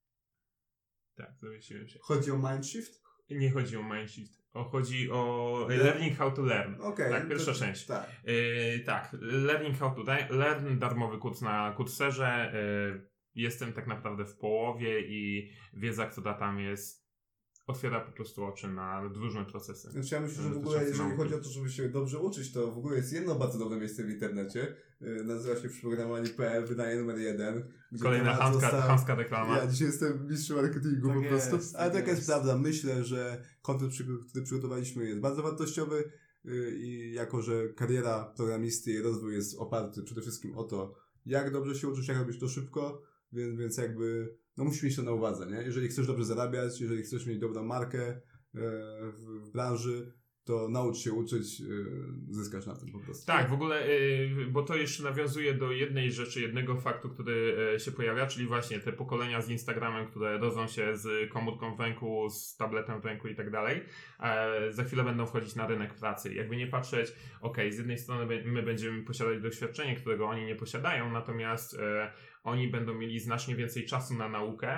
C: tak, zawiesiłem się.
A: Chodzi o Mindshift?
C: Nie chodzi o Mindshift. O, chodzi o Learning How to Learn.
A: Okay,
C: tak, pierwsza
A: to,
C: część.
A: Tak.
C: Yy, tak, Learning How to Learn, darmowy kurs na Courserze. Yy, jestem tak naprawdę w połowie i wiedza, która tam jest, otwiera po prostu oczy na różne procesy.
A: Znaczy ja myślę, że w ogóle jeżeli nauki. chodzi o to, żeby się dobrze uczyć, to w ogóle jest jedno bardzo dobre miejsce w internecie. Yy, nazywa się Przyprogramowanie kropka p l, wydanie numer jeden.
C: Kolejna chamska, został... chamska reklama.
A: Ja dzisiaj jestem mistrzem marketingu tak po prostu.
B: Jest,
A: Ale
B: tak
A: taka jest prawda. Myślę, że kontent, który przygotowaliśmy, jest bardzo wartościowy yy, i jako, że kariera programisty i rozwój jest oparty przede wszystkim o to, jak dobrze się uczyć, jak robić to szybko, więc, więc jakby no musisz mieć to na uwadze, nie? Jeżeli chcesz dobrze zarabiać, jeżeli chcesz mieć dobrą markę yy, w, w branży, to naucz się uczyć, yy, zyskasz na tym po prostu.
C: Tak, w ogóle, yy, bo to jeszcze nawiązuje do jednej rzeczy, jednego faktu, który yy, się pojawia, czyli właśnie te pokolenia z Instagramem, które rodzą się z komórką w ręku, z tabletem w ręku i tak dalej, yy, za chwilę będą wchodzić na rynek pracy. Jakby nie patrzeć, ok, z jednej strony my będziemy posiadać doświadczenie, którego oni nie posiadają, natomiast yy, oni będą mieli znacznie więcej czasu na naukę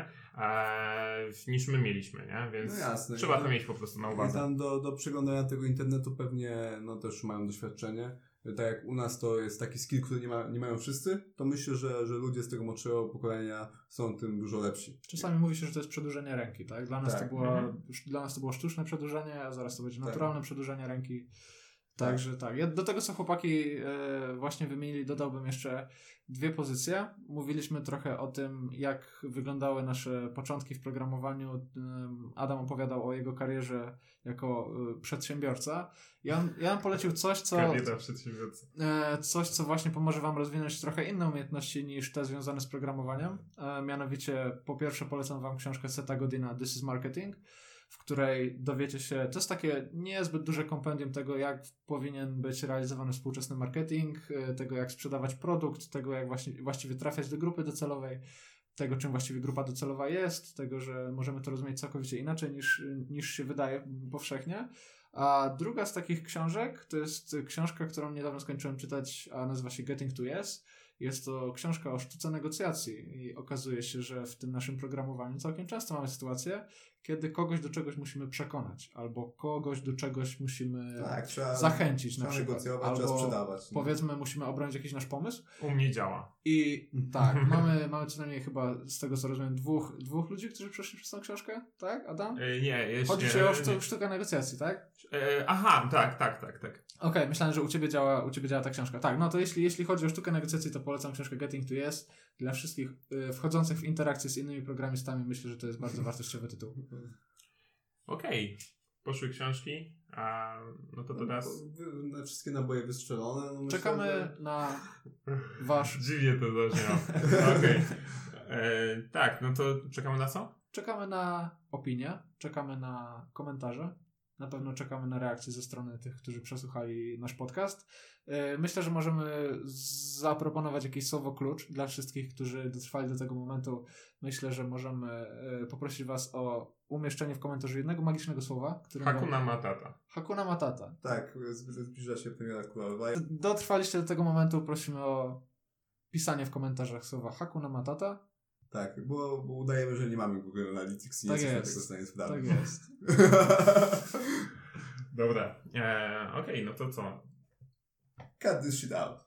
C: e, niż my mieliśmy, nie? Więc no jasne, trzeba to mieć po prostu na uwadze.
A: I tam do, do przeglądania tego internetu pewnie no też mają doświadczenie. Tak jak u nas to jest taki skill, który nie, ma, nie mają wszyscy, to myślę, że, że ludzie z tego młodszego pokolenia są tym dużo lepsi.
B: Czasami mówi się, że to jest przedłużenie ręki, tak? Dla nas,
A: tak.
B: To, było,
C: mhm.
B: dla nas to było sztuczne przedłużenie, a zaraz to będzie
A: tak.
B: naturalne przedłużenie ręki. Także tak. tak. Ja do tego, co chłopaki e, właśnie wymienili, dodałbym jeszcze dwie pozycje. Mówiliśmy trochę o tym, jak wyglądały nasze początki w programowaniu. Adam opowiadał o jego karierze jako e, przedsiębiorca. Ja, ja bym polecił coś, co...
C: Kariera przedsiębiorca.
B: E, coś, co właśnie pomoże wam rozwinąć trochę inne umiejętności niż te związane z programowaniem. E, mianowicie, po pierwsze polecam wam książkę Seta Godina This is Marketing, w której dowiecie się, to jest takie niezbyt duże kompendium tego, jak powinien być realizowany współczesny marketing, tego jak sprzedawać produkt, tego jak właśnie, właściwie trafiać do grupy docelowej, tego czym właściwie grupa docelowa jest, tego, że możemy to rozumieć całkowicie inaczej niż, niż się wydaje powszechnie. A druga z takich książek to jest książka, którą niedawno skończyłem czytać, a nazywa się Getting to Yes. Jest to książka o sztuce negocjacji i okazuje się, że w tym naszym programowaniu całkiem często mamy sytuację, kiedy kogoś do czegoś musimy przekonać, albo kogoś do czegoś musimy tak, trzeba, zachęcić
A: trzeba
B: na przykład,
A: negocjować, trzeba sprzedawać.
B: Powiedzmy, musimy obronić jakiś nasz pomysł.
C: U mnie działa.
B: I tak, mamy, mamy co najmniej chyba z tego co rozumiem dwóch, dwóch ludzi, którzy przeszli przez tą książkę, tak Adam?
C: E, nie, jeszcze
B: Chodzi ci o sztu, sztukę negocjacji, tak?
C: E, aha, tak, tak, tak, tak.
B: Okej, okay, myślałem, że u ciebie działa, u ciebie działa ta książka. Tak, no to jeśli, jeśli chodzi o sztukę negocjacji, to polecam książkę Getting to Yes. Dla wszystkich y, wchodzących w interakcję z innymi programistami myślę, że to jest bardzo wartościowy tytuł.
C: Okej, okay. Poszły książki, a no to teraz...
A: No, wszystkie naboje wystrzelone. No
B: czekamy
A: myślę, że...
B: na wasz...
C: Dziwnie to zabrzmiało. Okej. Okay. Tak, no to czekamy na co?
B: Czekamy na opinię, czekamy na komentarze. Na pewno czekamy na reakcje ze strony tych, którzy przesłuchali nasz podcast. Myślę, że możemy zaproponować jakieś słowo klucz dla wszystkich, którzy dotrwali do tego momentu. Myślę, że możemy poprosić was o umieszczenie w komentarzu jednego magicznego słowa.
C: Hakuna Matata.
B: Hakuna Matata.
A: Tak, zbliża się premiera królowa.
B: Dotrwaliście do tego momentu, prosimy o pisanie w komentarzach słowa Hakuna Matata.
A: Tak, bo, bo udajemy, że nie mamy Google Analytics i nie
B: tak
A: jesteśmy
B: jest.
A: tego w stanie sprawdzić.
B: Tak jest.
C: Dobra, eee, okej, okay, no to co?
A: Cut this shit out.